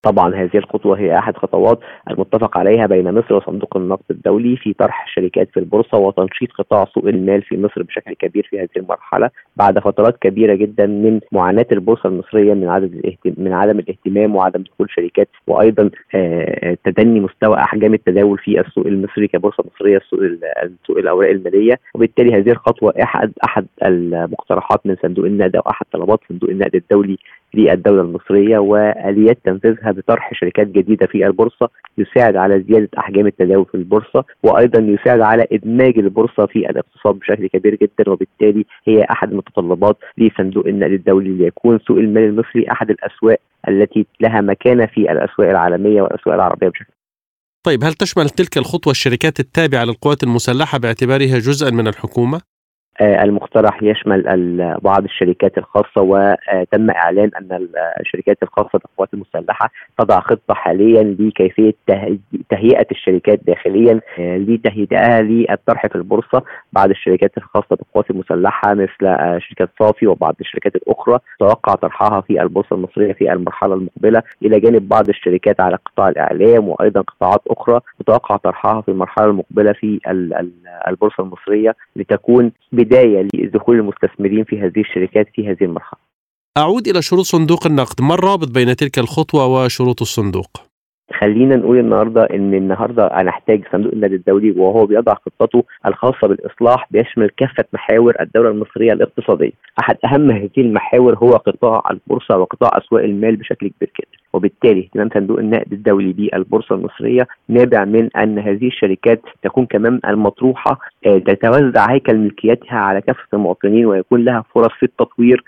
طبعا هذه الخطوة هي أحد خطوات المتفق عليها بين مصر وصندوق النقد الدولي في طرح الشركات في البورصة وتنشيط قطاع سوق المال في مصر بشكل كبير في هذه المرحلة بعد فترات كبيرة جدا من معاناة البورصة المصرية من عدم الاهتمام وعدم دخول شركات، وأيضا تدني مستوى أحجام التداول في السوق المصري كبورصة مصرية سوق الأوراق المالية. وبالتالي هذه الخطوة أحد المقترحات من صندوق النقد أو أحد طلبات صندوق النقد الدولي للدولة المصرية، وآليات تنفيذها بطرح شركات جديدة في البورصة يساعد على زيادة أحجام التداول في البورصة، وأيضا يساعد على إدماج البورصة في الاقتصاد بشكل كبير جدا. وبالتالي هي أحد المتطلبات لصندوق النقد الدولي ليكون سوق المال المصري أحد الأسواق التي لها مكانة في الأسواق العالمية والأسواق العربية بشكل. طيب، هل تشمل تلك الخطوة الشركات التابعة للقوات المسلحة باعتبارها جزءا من الحكومة؟ المقترح يشمل بعض الشركات الخاصة، وتم إعلان أن الشركات الخاصة بالقوات المسلحة تضع خطة حاليا لكيفية تهيئة الشركات داخليا لتهيئتها للطرح في البورصة. بعض الشركات الخاصة بالقوات المسلحة مثل شركة صافي وبعض الشركات الأخرى توقع طرحها في البورصة المصرية في المرحلة المقبلة، إلى جانب بعض الشركات على قطاع الإعلام وأيضا قطاعات أخرى متوقع طرحها في المرحلة المقبلة في البورصة المصرية لتكون بداية لدخول المستثمرين في هذه الشركات في هذه المرحلة. أعود إلى شروط صندوق النقد، ما الرابط بين تلك الخطوة وشروط الصندوق؟ خلينا نقول النهارده هنحتاج صندوق النقد الدولي وهو بيضع خطته الخاصة بالإصلاح بيشمل كافة محاور الدولة المصرية الاقتصادية. أحد أهم هذه المحاور هو قطاع البورصة وقطاع أسواق المال بشكل كبير جدا، وبالتالي اهتمام صندوق النقد الدولي بالبورصة المصرية نابع من أن هذه الشركات تكون كمان المطروحة تتوزع هيكل ملكيتها على كافة المواطنين ويكون لها فرص في التطوير،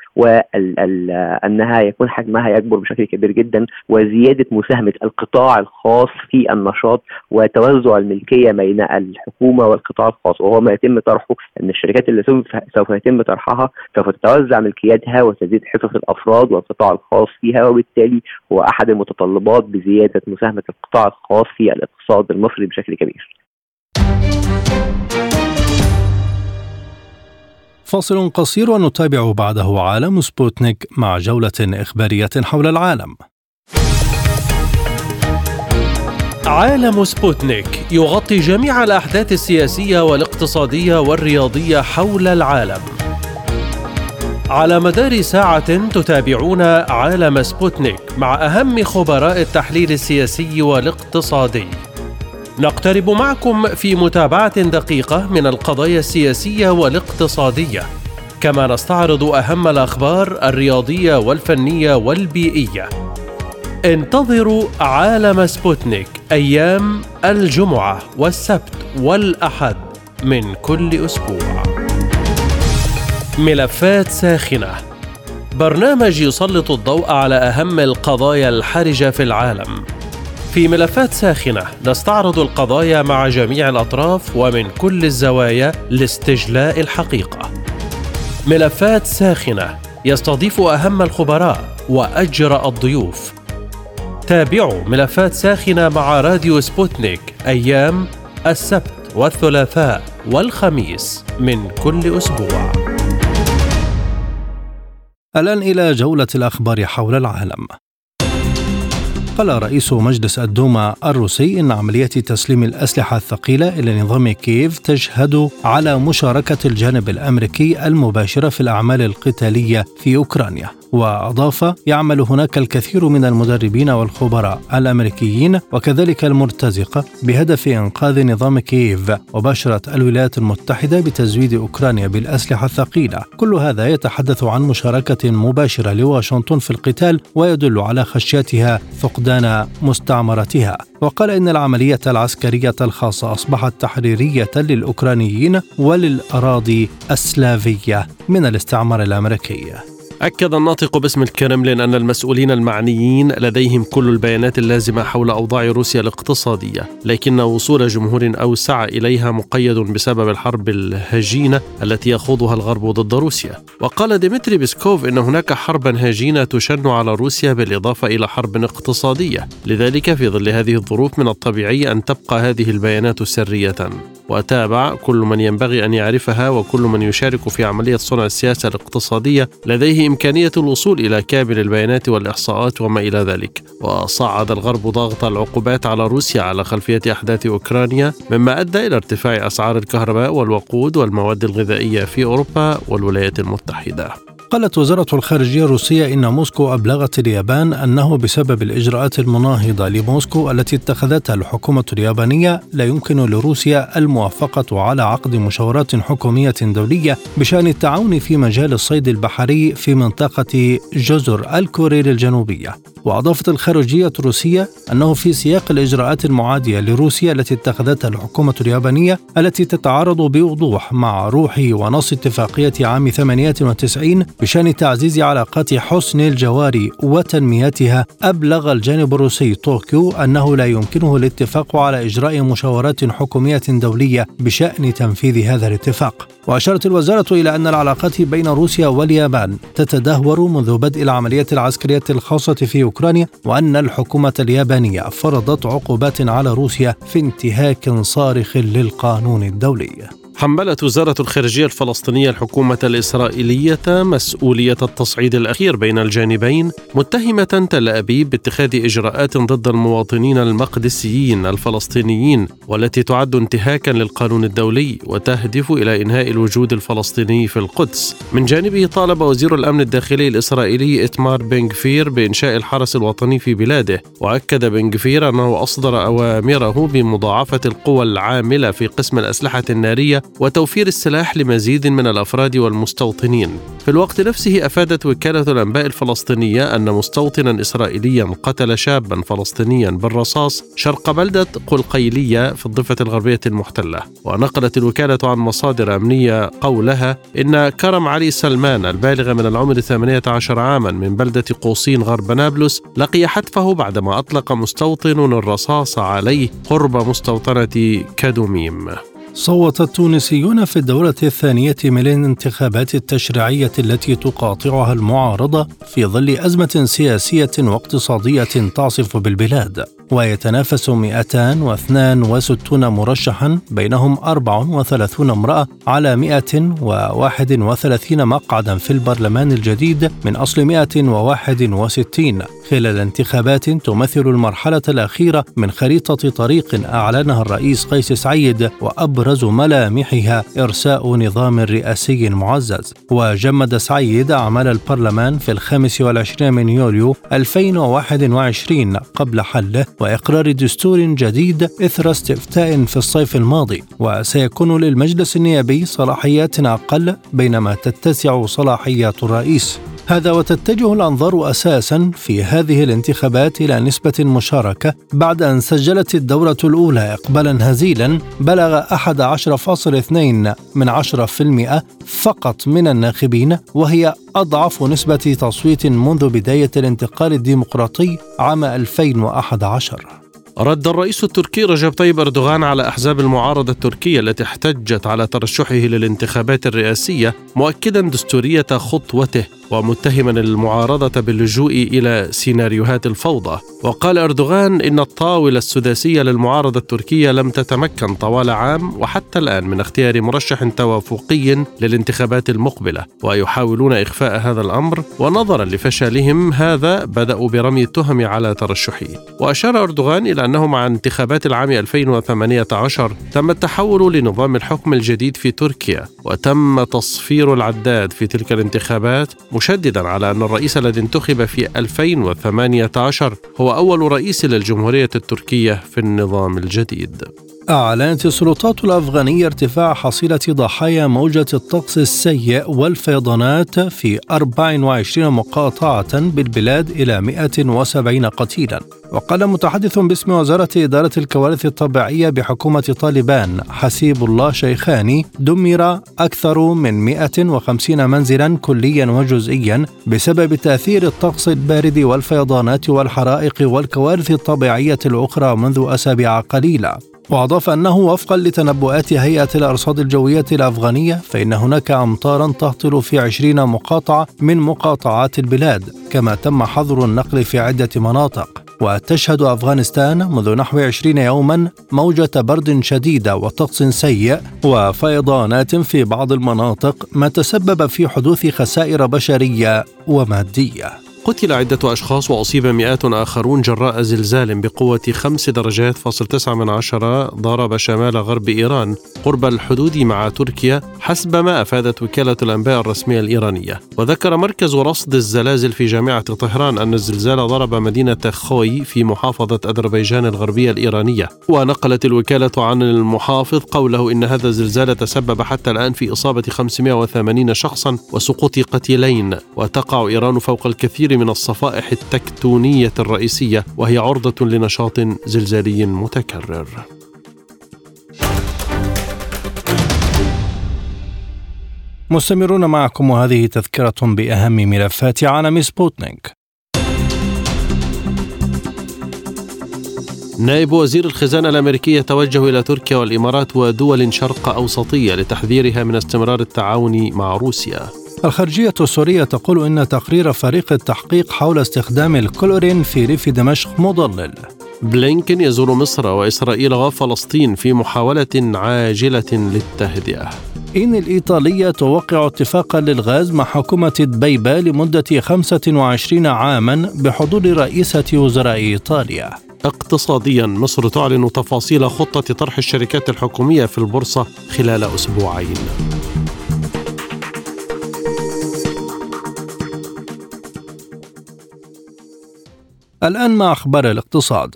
وأنها يكون حجمها يكبر بشكل كبير جدا، وزيادة مساهمة القطاع الخاص في النشاط وتوزع الملكية بين الحكومة والقطاع الخاص. وهو ما يتم طرحه أن الشركات اللي سوف يتم طرحها سوف تتوزع ملكيتها وتزيد حصص الأفراد والقطاع الخاص فيها، وبالتالي هو أحد المتطلبات بزيادة مساهمة القطاع الخاص في الاقتصاد المصري بشكل كبير. فاصل قصير ونتابع بعده عالم سبوتنيك مع جولة إخبارية حول العالم. عالم سبوتنيك يغطي جميع الأحداث السياسية والاقتصادية والرياضية حول العالم. على مدار ساعة تتابعون عالم سبوتنيك مع أهم خبراء التحليل السياسي والاقتصادي. نقترب معكم في متابعة دقيقة من القضايا السياسية والاقتصادية، كما نستعرض أهم الأخبار الرياضية والفنية والبيئية. انتظروا عالم سبوتنيك أيام الجمعة والسبت والأحد من كل أسبوع. ملفات ساخنة، برنامج يسلط الضوء على أهم القضايا الحرجة في العالم. في ملفات ساخنة نستعرض القضايا مع جميع الأطراف ومن كل الزوايا لاستجلاء الحقيقة. ملفات ساخنة يستضيف أهم الخبراء وأجرأ الضيوف. تابعوا ملفات ساخنة مع راديو سبوتنيك أيام السبت والثلاثاء والخميس من كل أسبوع. الآن إلى جولة الأخبار حول العالم. قال رئيس مجلس الدوما الروسي إن عملية تسليم الأسلحة الثقيلة إلى نظام كييف تشهد على مشاركة الجانب الأمريكي المباشرة في الأعمال القتالية في أوكرانيا. وأضاف: يعمل هناك الكثير من المدربين والخبراء الأمريكيين وكذلك المرتزقة بهدف إنقاذ نظام كييف. وباشرت الولايات المتحدة بتزويد أوكرانيا بالأسلحة الثقيلة. كل هذا يتحدث عن مشاركة مباشرة لواشنطن في القتال ويدل على خشيتها فقدان مستعمرتها. وقال إن العملية العسكرية الخاصة أصبحت تحريرية للأوكرانيين وللأراضي السلافية من الاستعمار الأمريكي. أكد الناطق باسم الكرملين أن المسؤولين المعنيين لديهم كل البيانات اللازمة حول أوضاع روسيا الاقتصادية، لكن وصول جمهور أوسع إليها مقيد بسبب الحرب الهجينة التي يخوضها الغرب ضد روسيا. وقال ديمتري بيسكوف إن هناك حربا هجينة تشن على روسيا بالإضافة إلى حرب اقتصادية، لذلك في ظل هذه الظروف من الطبيعي أن تبقى هذه البيانات سرية. وتابع: كل من ينبغي أن يعرفها وكل من يشارك في عملية صنع السياسة الاقتصادية لديه إمكانية الوصول إلى كامل البيانات والإحصاءات وما إلى ذلك. وصعد الغرب ضغط العقوبات على روسيا على خلفية أحداث أوكرانيا، مما أدى إلى ارتفاع أسعار الكهرباء والوقود والمواد الغذائية في أوروبا والولايات المتحدة. قالت وزارة الخارجية الروسية إن موسكو أبلغت اليابان أنه بسبب الإجراءات المناهضة لموسكو التي اتخذتها الحكومة اليابانية لا يمكن لروسيا الموافقة على عقد مشاورات حكومية دولية بشأن التعاون في مجال الصيد البحري في منطقة جزر الكوريل الجنوبية. وأضافت الخارجية الروسية أنه في سياق الإجراءات المعادية لروسيا التي اتخذتها الحكومة اليابانية التي تتعارض بوضوح مع روح ونص اتفاقية عام 98 بشأن تعزيز علاقات حسن الجوار وتنميتها، أبلغ الجانب الروسي طوكيو أنه لا يمكنه الاتفاق على إجراء مشاورات حكومية دولية بشأن تنفيذ هذا الاتفاق. وأشارت الوزارة إلى أن العلاقات بين روسيا واليابان تتدهور منذ بدء العملية العسكرية الخاصة في أوكرانيا، وأن الحكومة اليابانية فرضت عقوبات على روسيا في انتهاك صارخ للقانون الدولي. حملت وزارة الخارجية الفلسطينية الحكومة الإسرائيلية مسؤولية التصعيد الأخير بين الجانبين، متهمة تل أبيب باتخاذ إجراءات ضد المواطنين المقدسيين الفلسطينيين والتي تعد انتهاكا للقانون الدولي وتهدف إلى إنهاء الوجود الفلسطيني في القدس. من جانبه طالب وزير الأمن الداخلي الإسرائيلي إتمار بن غفير بإنشاء الحرس الوطني في بلاده، وأكد بن غفير أنه أصدر أوامره بمضاعفة القوى العاملة في قسم الأسلحة النارية وتوفير السلاح لمزيد من الأفراد والمستوطنين. في الوقت نفسه أفادت وكالة الأنباء الفلسطينية أن مستوطنا إسرائيليا قتل شابا فلسطينيا بالرصاص شرق بلدة قلقيلية في الضفة الغربية المحتلة. ونقلت الوكالة عن مصادر أمنية قولها إن كرم علي سلمان البالغ من العمر 18 عاما من بلدة قوصين غرب نابلس لقي حتفه بعدما أطلق مستوطن الرصاص عليه قرب مستوطنة كادوميم. صوت التونسيون في الدورة الثانية من الانتخابات التشريعية التي تقاطعها المعارضة في ظل أزمة سياسية واقتصادية تعصف بالبلاد، ويتنافس 262 مرشحا بينهم 34 امرأة على 131 مقعدا في البرلمان الجديد من أصل 161 خلال انتخابات تمثل المرحلة الأخيرة من خريطة طريق أعلنها الرئيس قيس سعيد، وأبرز ملامحها إرساء نظام رئاسي معزز. وجمد سعيد أعمال البرلمان في 25 من يوليو 2021 قبل حله وإقرار دستور جديد إثر استفتاء في الصيف الماضي، وسيكون للمجلس النيابي صلاحيات أقل بينما تتسع صلاحيات الرئيس. هذا وتتجه الأنظار أساسا في هذه الانتخابات إلى نسبة مشاركة بعد أن سجلت الدورة الأولى إقبالا هزيلا بلغ 11.2% فقط من الناخبين، وهي أضعف نسبة تصويت منذ بداية الانتقال الديمقراطي عام 2011. رد الرئيس التركي رجب طيب أردوغان على أحزاب المعارضة التركية التي احتجت على ترشحه للانتخابات الرئاسية، مؤكدا دستورية خطوته ومتهما المعارضة باللجوء إلى سيناريوهات الفوضى. وقال أردوغان إن الطاولة السداسية للمعارضة التركية لم تتمكن طوال عام وحتى الآن من اختيار مرشح توافقي للانتخابات المقبلة، ويحاولون إخفاء هذا الأمر، ونظرا لفشلهم هذا بدأوا برمي التهم على ترشحه. وأشار أردوغان إلى أنه مع انتخابات العام 2018 تم التحول لنظام الحكم الجديد في تركيا وتم تصفير العداد في تلك الانتخابات، مشددا على أن الرئيس الذي انتخب في 2018 هو أول رئيس للجمهورية التركية في النظام الجديد. أعلنت السلطات الأفغانية ارتفاع حصيلة ضحايا موجة الطقس السيء والفيضانات في 24 مقاطعة بالبلاد إلى 170 قتيلا. وقال متحدث باسم وزارة إدارة الكوارث الطبيعية بحكومة طالبان حسيب الله شيخاني دمر أكثر من 150 منزلا كليا وجزئيا بسبب تأثير الطقس البارد والفيضانات والحرائق والكوارث الطبيعية الأخرى منذ أسابيع قليلة. وأضاف أنه وفقا لتنبؤات هيئة الأرصاد الجوية الأفغانية فإن هناك أمطارا تهطل في 20 مقاطعة من مقاطعات البلاد، كما تم حظر النقل في عدة مناطق. وتشهد أفغانستان منذ نحو 20 يوما موجة برد شديدة وطقس سيء وفيضانات في بعض المناطق، ما تسبب في حدوث خسائر بشرية ومادية. قتل عدة أشخاص وأصيب مئات آخرون جراء زلزال بقوة 5 درجات فاصل 9 ضرب شمال غرب إيران قرب الحدود مع تركيا، حسب ما أفادت وكالة الأنباء الرسمية الإيرانية. وذكر مركز رصد الزلازل في جامعة طهران أن الزلزال ضرب مدينة خوي في محافظة أذربيجان الغربية الإيرانية. ونقلت الوكالة عن المحافظ قوله إن هذا الزلزال تسبب حتى الآن في إصابة 580 شخصا وسقوط قتيلين، وتقع إيران فوق الكثير من الصفائح التكتونية الرئيسية، وهي عرضة لنشاط زلزالي متكرر. مستمرون معكم، وهذه تذكرة بأهم ملفات عالم سبوتنيك. نائب وزير الخزانة الأمريكي يتوجه إلى تركيا والإمارات ودول شرق أوسطية لتحذيرها من استمرار التعاون مع روسيا. الخارجية السورية تقول إن تقرير فريق التحقيق حول استخدام الكلورين في ريف دمشق مضلل. بلينكن يزور مصر وإسرائيل وفلسطين في محاولة عاجلة للتهدئة. إن الإيطالية توقع اتفاقا للغاز مع حكومة دبيبة لمدة 25 عاما بحضور رئيسة وزراء إيطاليا. اقتصاديا، مصر تعلن تفاصيل خطة طرح الشركات الحكومية في البورصة خلال أسبوعين. الآن مع أخبار الاقتصاد.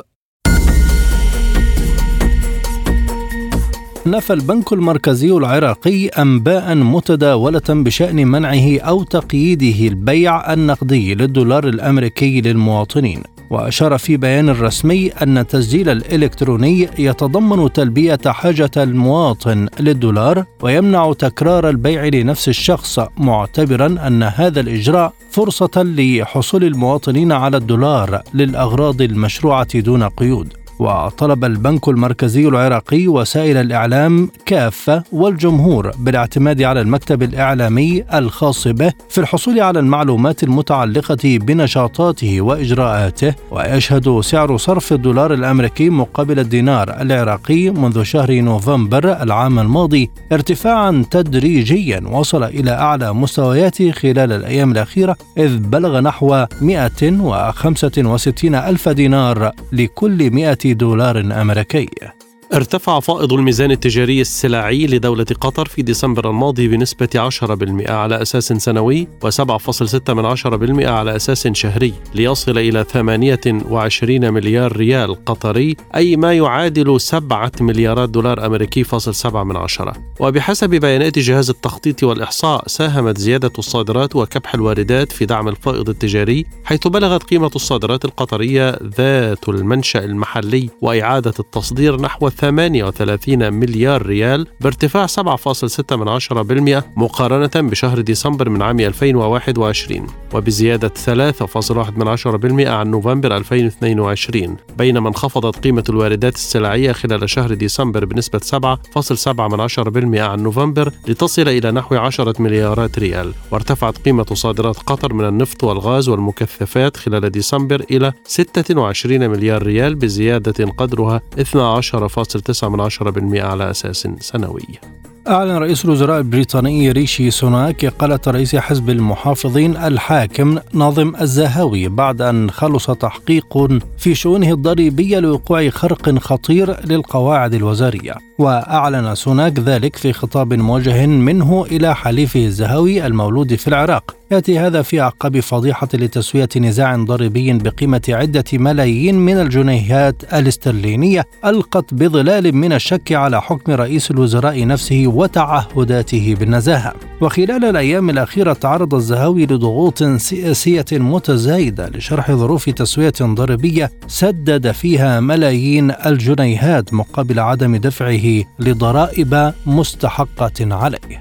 نفى البنك المركزي العراقي أنباء متداولة بشأن منعه أو تقييده البيع النقدي للدولار الأمريكي للمواطنين، وأشار في بيان رسمي أن التسجيل الإلكتروني يتضمن تلبية حاجة المواطن للدولار ويمنع تكرار البيع لنفس الشخص، معتبرا أن هذا الإجراء فرصة لحصول المواطنين على الدولار للأغراض المشروعة دون قيود. وطلب البنك المركزي العراقي وسائل الإعلام كافة والجمهور بالاعتماد على المكتب الإعلامي الخاص به في الحصول على المعلومات المتعلقة بنشاطاته وإجراءاته. ويشهد سعر صرف الدولار الأمريكي مقابل الدينار العراقي منذ شهر نوفمبر العام الماضي ارتفاعا تدريجيا وصل إلى أعلى مستوياته خلال الأيام الأخيرة، إذ بلغ نحو 165 ألف دينار لكل 100 دولار أمريكي. ارتفع فائض الميزان التجاري السلعي لدولة قطر في ديسمبر الماضي بنسبة 10% على أساس سنوي و7.6% على أساس شهري، ليصل إلى 28 مليار ريال قطري، أي ما يعادل 7 مليارات دولار أمريكي فاصل 7. وبحسب بيانات جهاز التخطيط والإحصاء، ساهمت زيادة الصادرات وكبح الواردات في دعم الفائض التجاري، حيث بلغت قيمة الصادرات القطرية ذات المنشأ المحلي وإعادة التصدير نحو 38 مليار ريال بارتفاع 7.6% مقارنة بشهر ديسمبر من عام 2021، وبزيادة 3.1% عن نوفمبر 2022، بينما انخفضت قيمة الواردات السلعية خلال شهر ديسمبر بنسبة 7.7% عن نوفمبر لتصل إلى نحو 10 مليارات ريال. وارتفعت قيمة صادرات قطر من النفط والغاز والمكثفات خلال ديسمبر إلى 26 مليار ريال بزيادة قدرها 12.9% على أساس سنوي. أعلن رئيس الوزراء البريطاني ريشي سوناك إقالة رئيس حزب المحافظين الحاكم ناظم الزهاوي بعد أن خلص تحقيق في شؤونه الضريبية لوقوع خرق خطير للقواعد الوزارية. وأعلن سوناك ذلك في خطاب موجه منه إلى حليفه الزهاوي المولود في العراق. يأتي هذا في أعقاب فضيحة لتسوية نزاع ضريبي بقيمة عدة ملايين من الجنيهات الاسترلينية ألقت بظلال من الشك على حكم رئيس الوزراء نفسه وتعهداته بالنزاهة. وخلال الأيام الأخيرة تعرض الزهاوي لضغوط سياسية متزايدة لشرح ظروف تسوية ضريبية سدد فيها ملايين الجنيهات مقابل عدم دفعه لضرائب مستحقة عليه.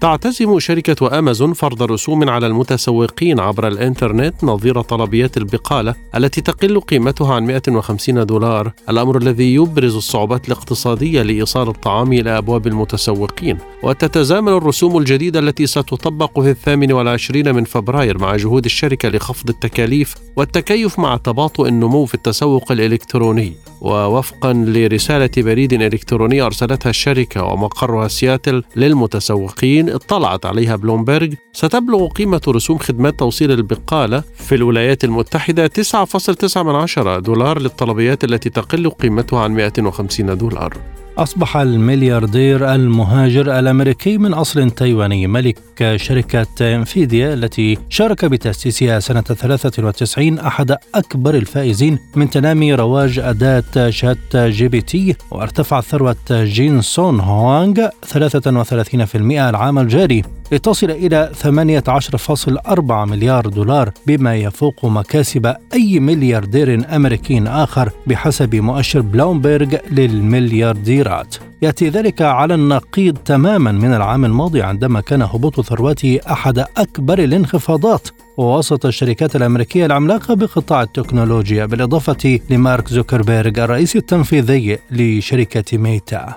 تعتزم شركة أمازون فرض رسوم على المتسوقين عبر الإنترنت نظير طلبيات البقالة التي تقل قيمتها عن $150، الأمر الذي يبرز الصعوبات الاقتصادية لإيصال الطعام إلى أبواب المتسوقين. وتتزامن الرسوم الجديدة التي ستطبق في 28 من فبراير مع جهود الشركة لخفض التكاليف والتكيف مع تباطؤ النمو في التسوق الإلكتروني. ووفقا لرسالة بريد إلكتروني أرسلتها الشركة ومقرها سياتل للمتسوقين اطلعت عليها بلومبرج، ستبلغ قيمة رسوم خدمات توصيل البقالة في الولايات المتحدة $9.9 للطلبيات التي تقل قيمتها عن $150. أصبح الملياردير المهاجر الأمريكي من أصل تايواني ملك شركة انفيديا التي شارك بتأسيسها سنة 93 أحد أكبر الفائزين من تنامي رواج أداة شات جي بي تي، وارتفعت ثروة جينسون هوانغ 33% العام الجاري لتصل إلى $18.4 مليار، بما يفوق مكاسب أي ملياردير أمريكي آخر بحسب مؤشر بلومبرج للمليارديرات. يأتي ذلك على النقيض تماما من العام الماضي عندما كان هبوط ثروته أحد أكبر الانخفاضات ووسط الشركات الأمريكية العملاقة بقطاع التكنولوجيا، بالإضافة لمارك زوكربيرغ الرئيس التنفيذي لشركة ميتا.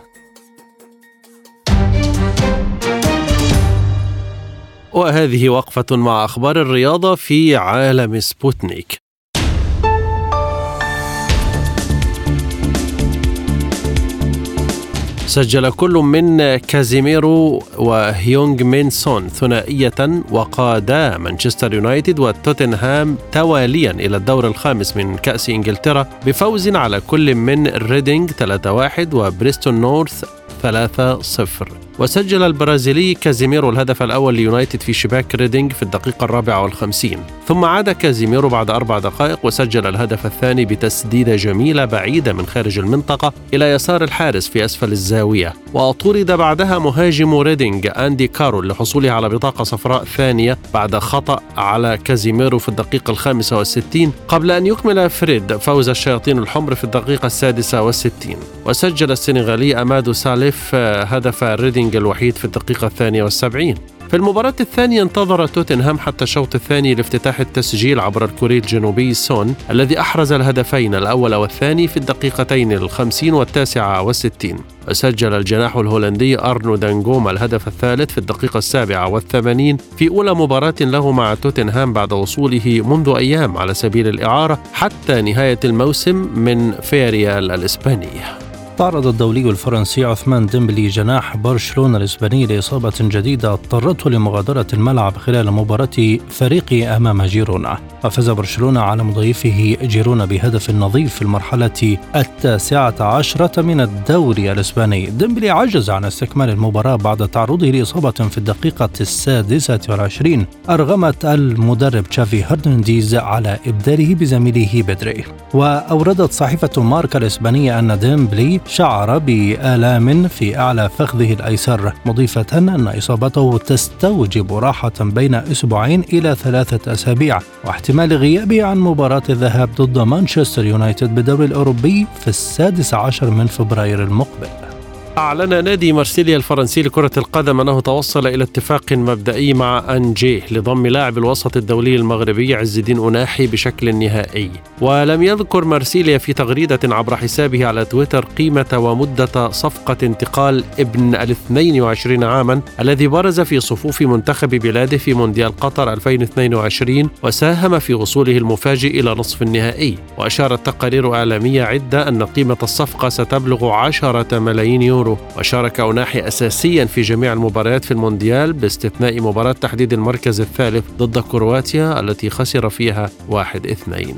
وهذه وقفة مع أخبار الرياضة في عالم سبوتنيك. سجل كل من كازيميرو وهيونغ مين سون ثنائية وقادا مانشستر يونايتد وتوتنهام تواليا إلى الدور الخامس من كأس إنجلترا بفوز على كل من ريدينغ 3-1 وبريستون نورث 3-0. وسجل البرازيلي كازيميرو الهدف الأول ليونايتد في شباك ريدينغ في الدقيقة 54، ثم عاد كازيميرو بعد 4 دقائق وسجل الهدف الثاني بتسديدة جميلة بعيدة من خارج المنطقة إلى يسار الحارس في أسفل الزاوية. وطرد بعدها مهاجم ريدينغ أندي كارول لحصوله على بطاقة صفراء ثانية بعد خطأ على كازيميرو في الدقيقة 65 قبل أن يكمل فريد فوز الشياطين الحمر في الدقيقة 66. وسجل السنغالي أمادو سالف هدف ريدينغ الوحيد في الدقيقة 72. في المباراة الثانية انتظر توتنهام حتى الشوط الثاني لافتتاح التسجيل عبر الكوري الجنوبي سون الذي أحرز الهدفين الأول والثاني في الدقيقتين 50 و69. وسجل الجناح الهولندي أرنو دانغوما الهدف الثالث في الدقيقة 87 في أولى مباراة له مع توتنهام بعد وصوله منذ أيام على سبيل الإعارة حتى نهاية الموسم من فياريال الإسبانية. تعرض الدولي الفرنسي عثمان ديمبلي جناح برشلونة الإسباني لإصابة جديدة اضطرته لمغادرة الملعب خلال مباراة فريقه أمام جيرونا، وفاز برشلونة على مضيفه جيرونا بهدف نظيف في المرحلة 19 من الدوري الإسباني. ديمبلي عجز عن استكمال المباراة بعد تعرضه لإصابة في الدقيقة 26 أرغمت المدرب تشافي هرنانديز على إبداله بزميله بدري. وأوردت صحيفة ماركا الإسبانية أن ديمبلي شعر بآلام في أعلى فخذه الأيسر، مضيفة أن إصابته تستوجب راحة بين 2 إلى 3 أسابيع واحتمال غيابه عن مباراة الذهاب ضد مانشستر يونايتد بالدوري الأوروبي في 16 من فبراير المقبل. أعلن نادي مارسيليا الفرنسي لكرة القدم أنه توصل إلى اتفاق مبدئي مع أنجيه لضم لاعب الوسط الدولي المغربي عز الدين أناحي بشكل نهائي. ولم يذكر مارسيليا في تغريدة عبر حسابه على تويتر قيمة ومدة صفقة انتقال ابن 22 عاما الذي برز في صفوف منتخب بلاده في مونديال قطر 2022 وساهم في وصوله المفاجئ إلى نصف النهائي. وأشارت تقارير إعلامية عدة أن قيمة الصفقة ستبلغ 10 ملايين يورو. وشارك أناحي أساسيا في جميع المباريات في المونديال باستثناء مباراة تحديد المركز الثالث ضد كرواتيا التي خسر فيها 1-2.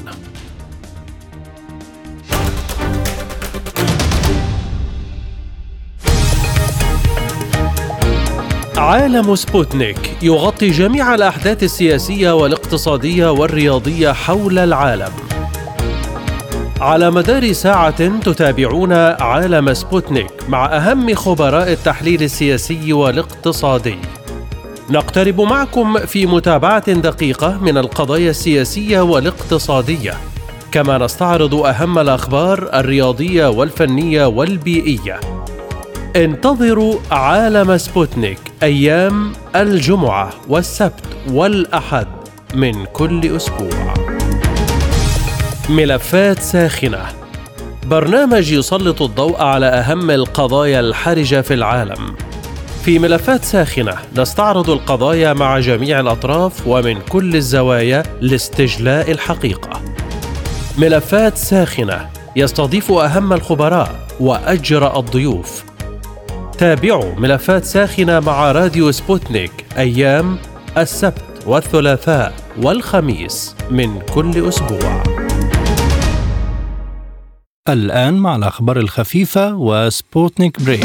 عالم سبوتنيك يغطي جميع الأحداث السياسية والاقتصادية والرياضية حول العالم. على مدار ساعة تتابعون عالم سبوتنيك مع أهم خبراء التحليل السياسي والاقتصادي. نقترب معكم في متابعة دقيقة من القضايا السياسية والاقتصادية، كما نستعرض أهم الأخبار الرياضية والفنية والبيئية. انتظروا عالم سبوتنيك أيام الجمعة والسبت والأحد من كل أسبوع. ملفات ساخنة، برنامج يسلط الضوء على أهم القضايا الحرجة في العالم. في ملفات ساخنة نستعرض القضايا مع جميع الأطراف ومن كل الزوايا لاستجلاء الحقيقة. ملفات ساخنة يستضيف أهم الخبراء وأجرأ الضيوف. تابعوا ملفات ساخنة مع راديو سبوتنيك أيام السبت والثلاثاء والخميس من كل أسبوع. الآن مع الأخبار الخفيفة وسبوتنيك بريك.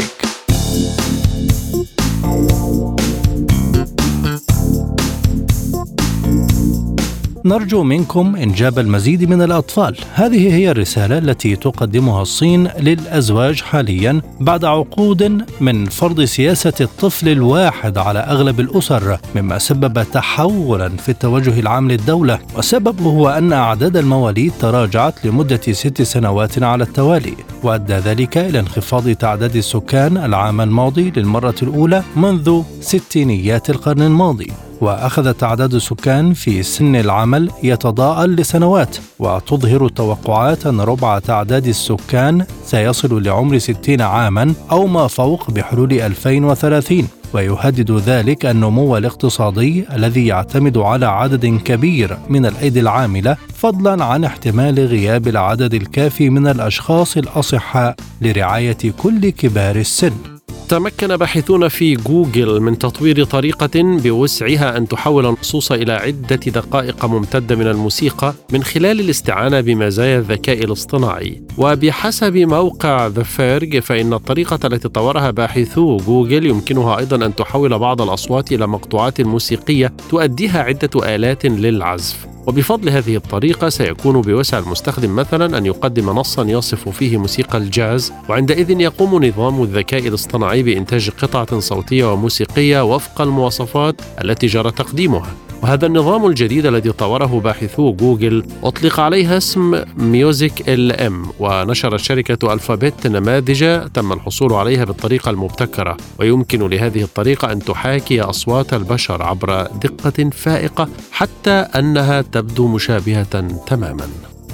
نرجو منكم إنجاب المزيد من الأطفال. هذه هي الرسالة التي تقدمها الصين للأزواج حاليا بعد عقود من فرض سياسة الطفل الواحد على أغلب الأسر، مما سبب تحولا في التوجه العام للدولة، والسبب هو أن أعداد المواليد تراجعت لمدة 6 سنوات على التوالي، وأدى ذلك إلى انخفاض تعداد السكان العام الماضي للمرة الأولى منذ ستينيات القرن الماضي. وأخذ تعداد السكان في سن العمل يتضاءل لسنوات، وتظهر التوقعات أن ربع تعداد السكان سيصل لعمر 60 عاما أو ما فوق بحلول 2030. ويهدد ذلك النمو الاقتصادي الذي يعتمد على عدد كبير من الأيدي العاملة، فضلا عن احتمال غياب العدد الكافي من الأشخاص الأصحاء لرعاية كل كبار السن. تمكن باحثون في جوجل من تطوير طريقة بوسعها أن تحول النصوص إلى عدة دقائق ممتدة من الموسيقى من خلال الاستعانة بمزايا الذكاء الاصطناعي. وبحسب موقع The Verge فإن الطريقة التي طورها باحثو جوجل يمكنها أيضا أن تحول بعض الأصوات إلى مقطوعات موسيقية تؤديها عدة آلات للعزف. وبفضل هذه الطريقة سيكون بوسع المستخدم مثلا أن يقدم نصا يصف فيه موسيقى الجاز، وعندئذ يقوم نظام الذكاء الاصطناعي بإنتاج قطعة صوتية وموسيقية وفق المواصفات التي جرى تقديمها. وهذا النظام الجديد الذي طوره باحثو جوجل أطلق عليها اسم ميوزك LM، ونشرت شركة ألفابت نماذج تم الحصول عليها بالطريقة المبتكرة، ويمكن لهذه الطريقة أن تحاكي أصوات البشر عبر دقة فائقة حتى أنها تبدو مشابهة تماما.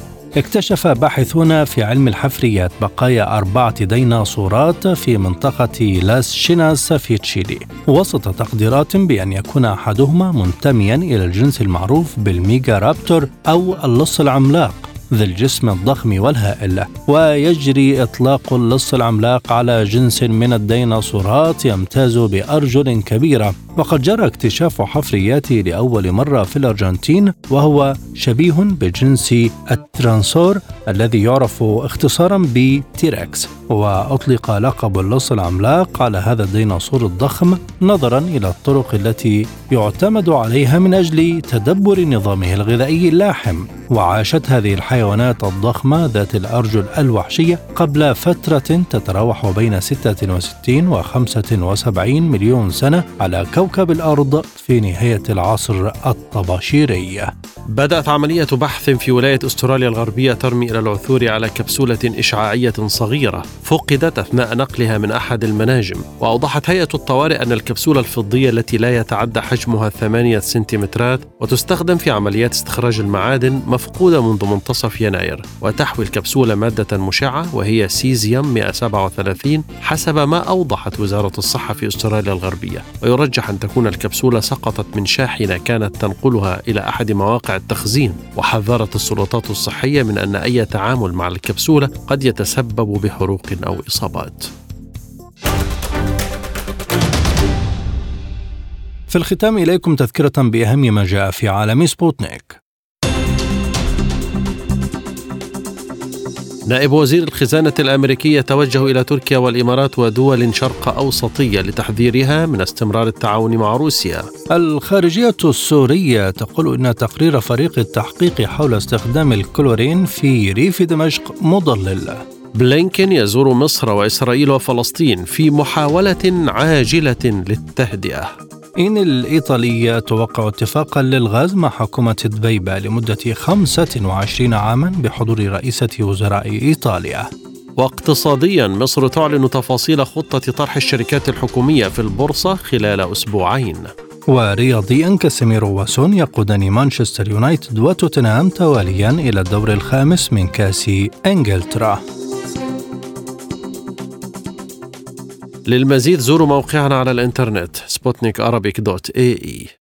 اكتشف باحثون في علم الحفريات بقايا 4 ديناصورات في منطقة لاس شيناس في تشيلي، وسط تقديرات بأن يكون أحدهما منتميا إلى الجنس المعروف بالميجا رابتور أو اللص العملاق ذي الجسم الضخم والهائل. ويجري إطلاق اللص العملاق على جنس من الديناصورات يمتاز بأرجل كبيرة، وقد جرى اكتشاف حفرياته لأول مرة في الأرجنتين، وهو شبيه بجنس الترانسور الذي يعرف اختصارا بتيركس. وأطلق لقب اللص العملاق على هذا الديناصور الضخم نظرا إلى الطرق التي يعتمد عليها من أجل تدبر نظامه الغذائي اللاحم. وعاشت هذه الحيوانات الضخمة ذات الأرجل الوحشية قبل فترة تتراوح بين 66 و 75 مليون سنة على كوكب الأرض في نهاية العصر الطباشيري. بدأت عملية بحث في ولاية أستراليا الغربية ترمي إلى العثور على كبسولة إشعاعية صغيرة فقدت أثناء نقلها من أحد المناجم. وأوضحت هيئة الطوارئ أن الكبسولة الفضية التي لا يتعدى حجمها 8 سنتيمترات وتستخدم في عمليات استخراج المعادن مفقودة منذ منتصف يناير. وتحوي الكبسولة مادة مشعة وهي سيزيوم 137 حسب ما أوضحت وزارة الصحة في أستراليا الغربية. ويرجح أن تكون الكبسولة سقطت من شاحنة كانت تنقلها إلى أحد مواقع التخزين. وحذرت السلطات الصحية من أن أي تعامل مع الكبسولة قد يتسبب بحروق أو إصابات. في الختام إليكم تذكرة بأهم ما جاء في عالم سبوتنيك. نائب وزير الخزانة الأمريكي يتوجه إلى تركيا والإمارات ودول شرق أوسطية لتحذيرها من استمرار التعاون مع روسيا. الخارجية السورية تقول إن تقرير فريق التحقيق حول استخدام الكلورين في ريف دمشق مضلل. بلينكين يزور مصر وإسرائيل وفلسطين في محاولة عاجلة للتهدئة. إن الإيطالية توقع اتفاقا للغاز مع حكومة دبيبة لمدة 25 عاما بحضور رئيسة وزراء إيطاليا. واقتصاديا، مصر تعلن تفاصيل خطة طرح الشركات الحكومية في البورصة خلال أسبوعين. ورياضيا، كاسيميرو وسون يقودان مانشستر يونايتد وتوتنهام تواليا إلى الدور الخامس من كأس إنجلترا. للمزيد زوروا موقعنا على الإنترنت sputnikarabic.ae.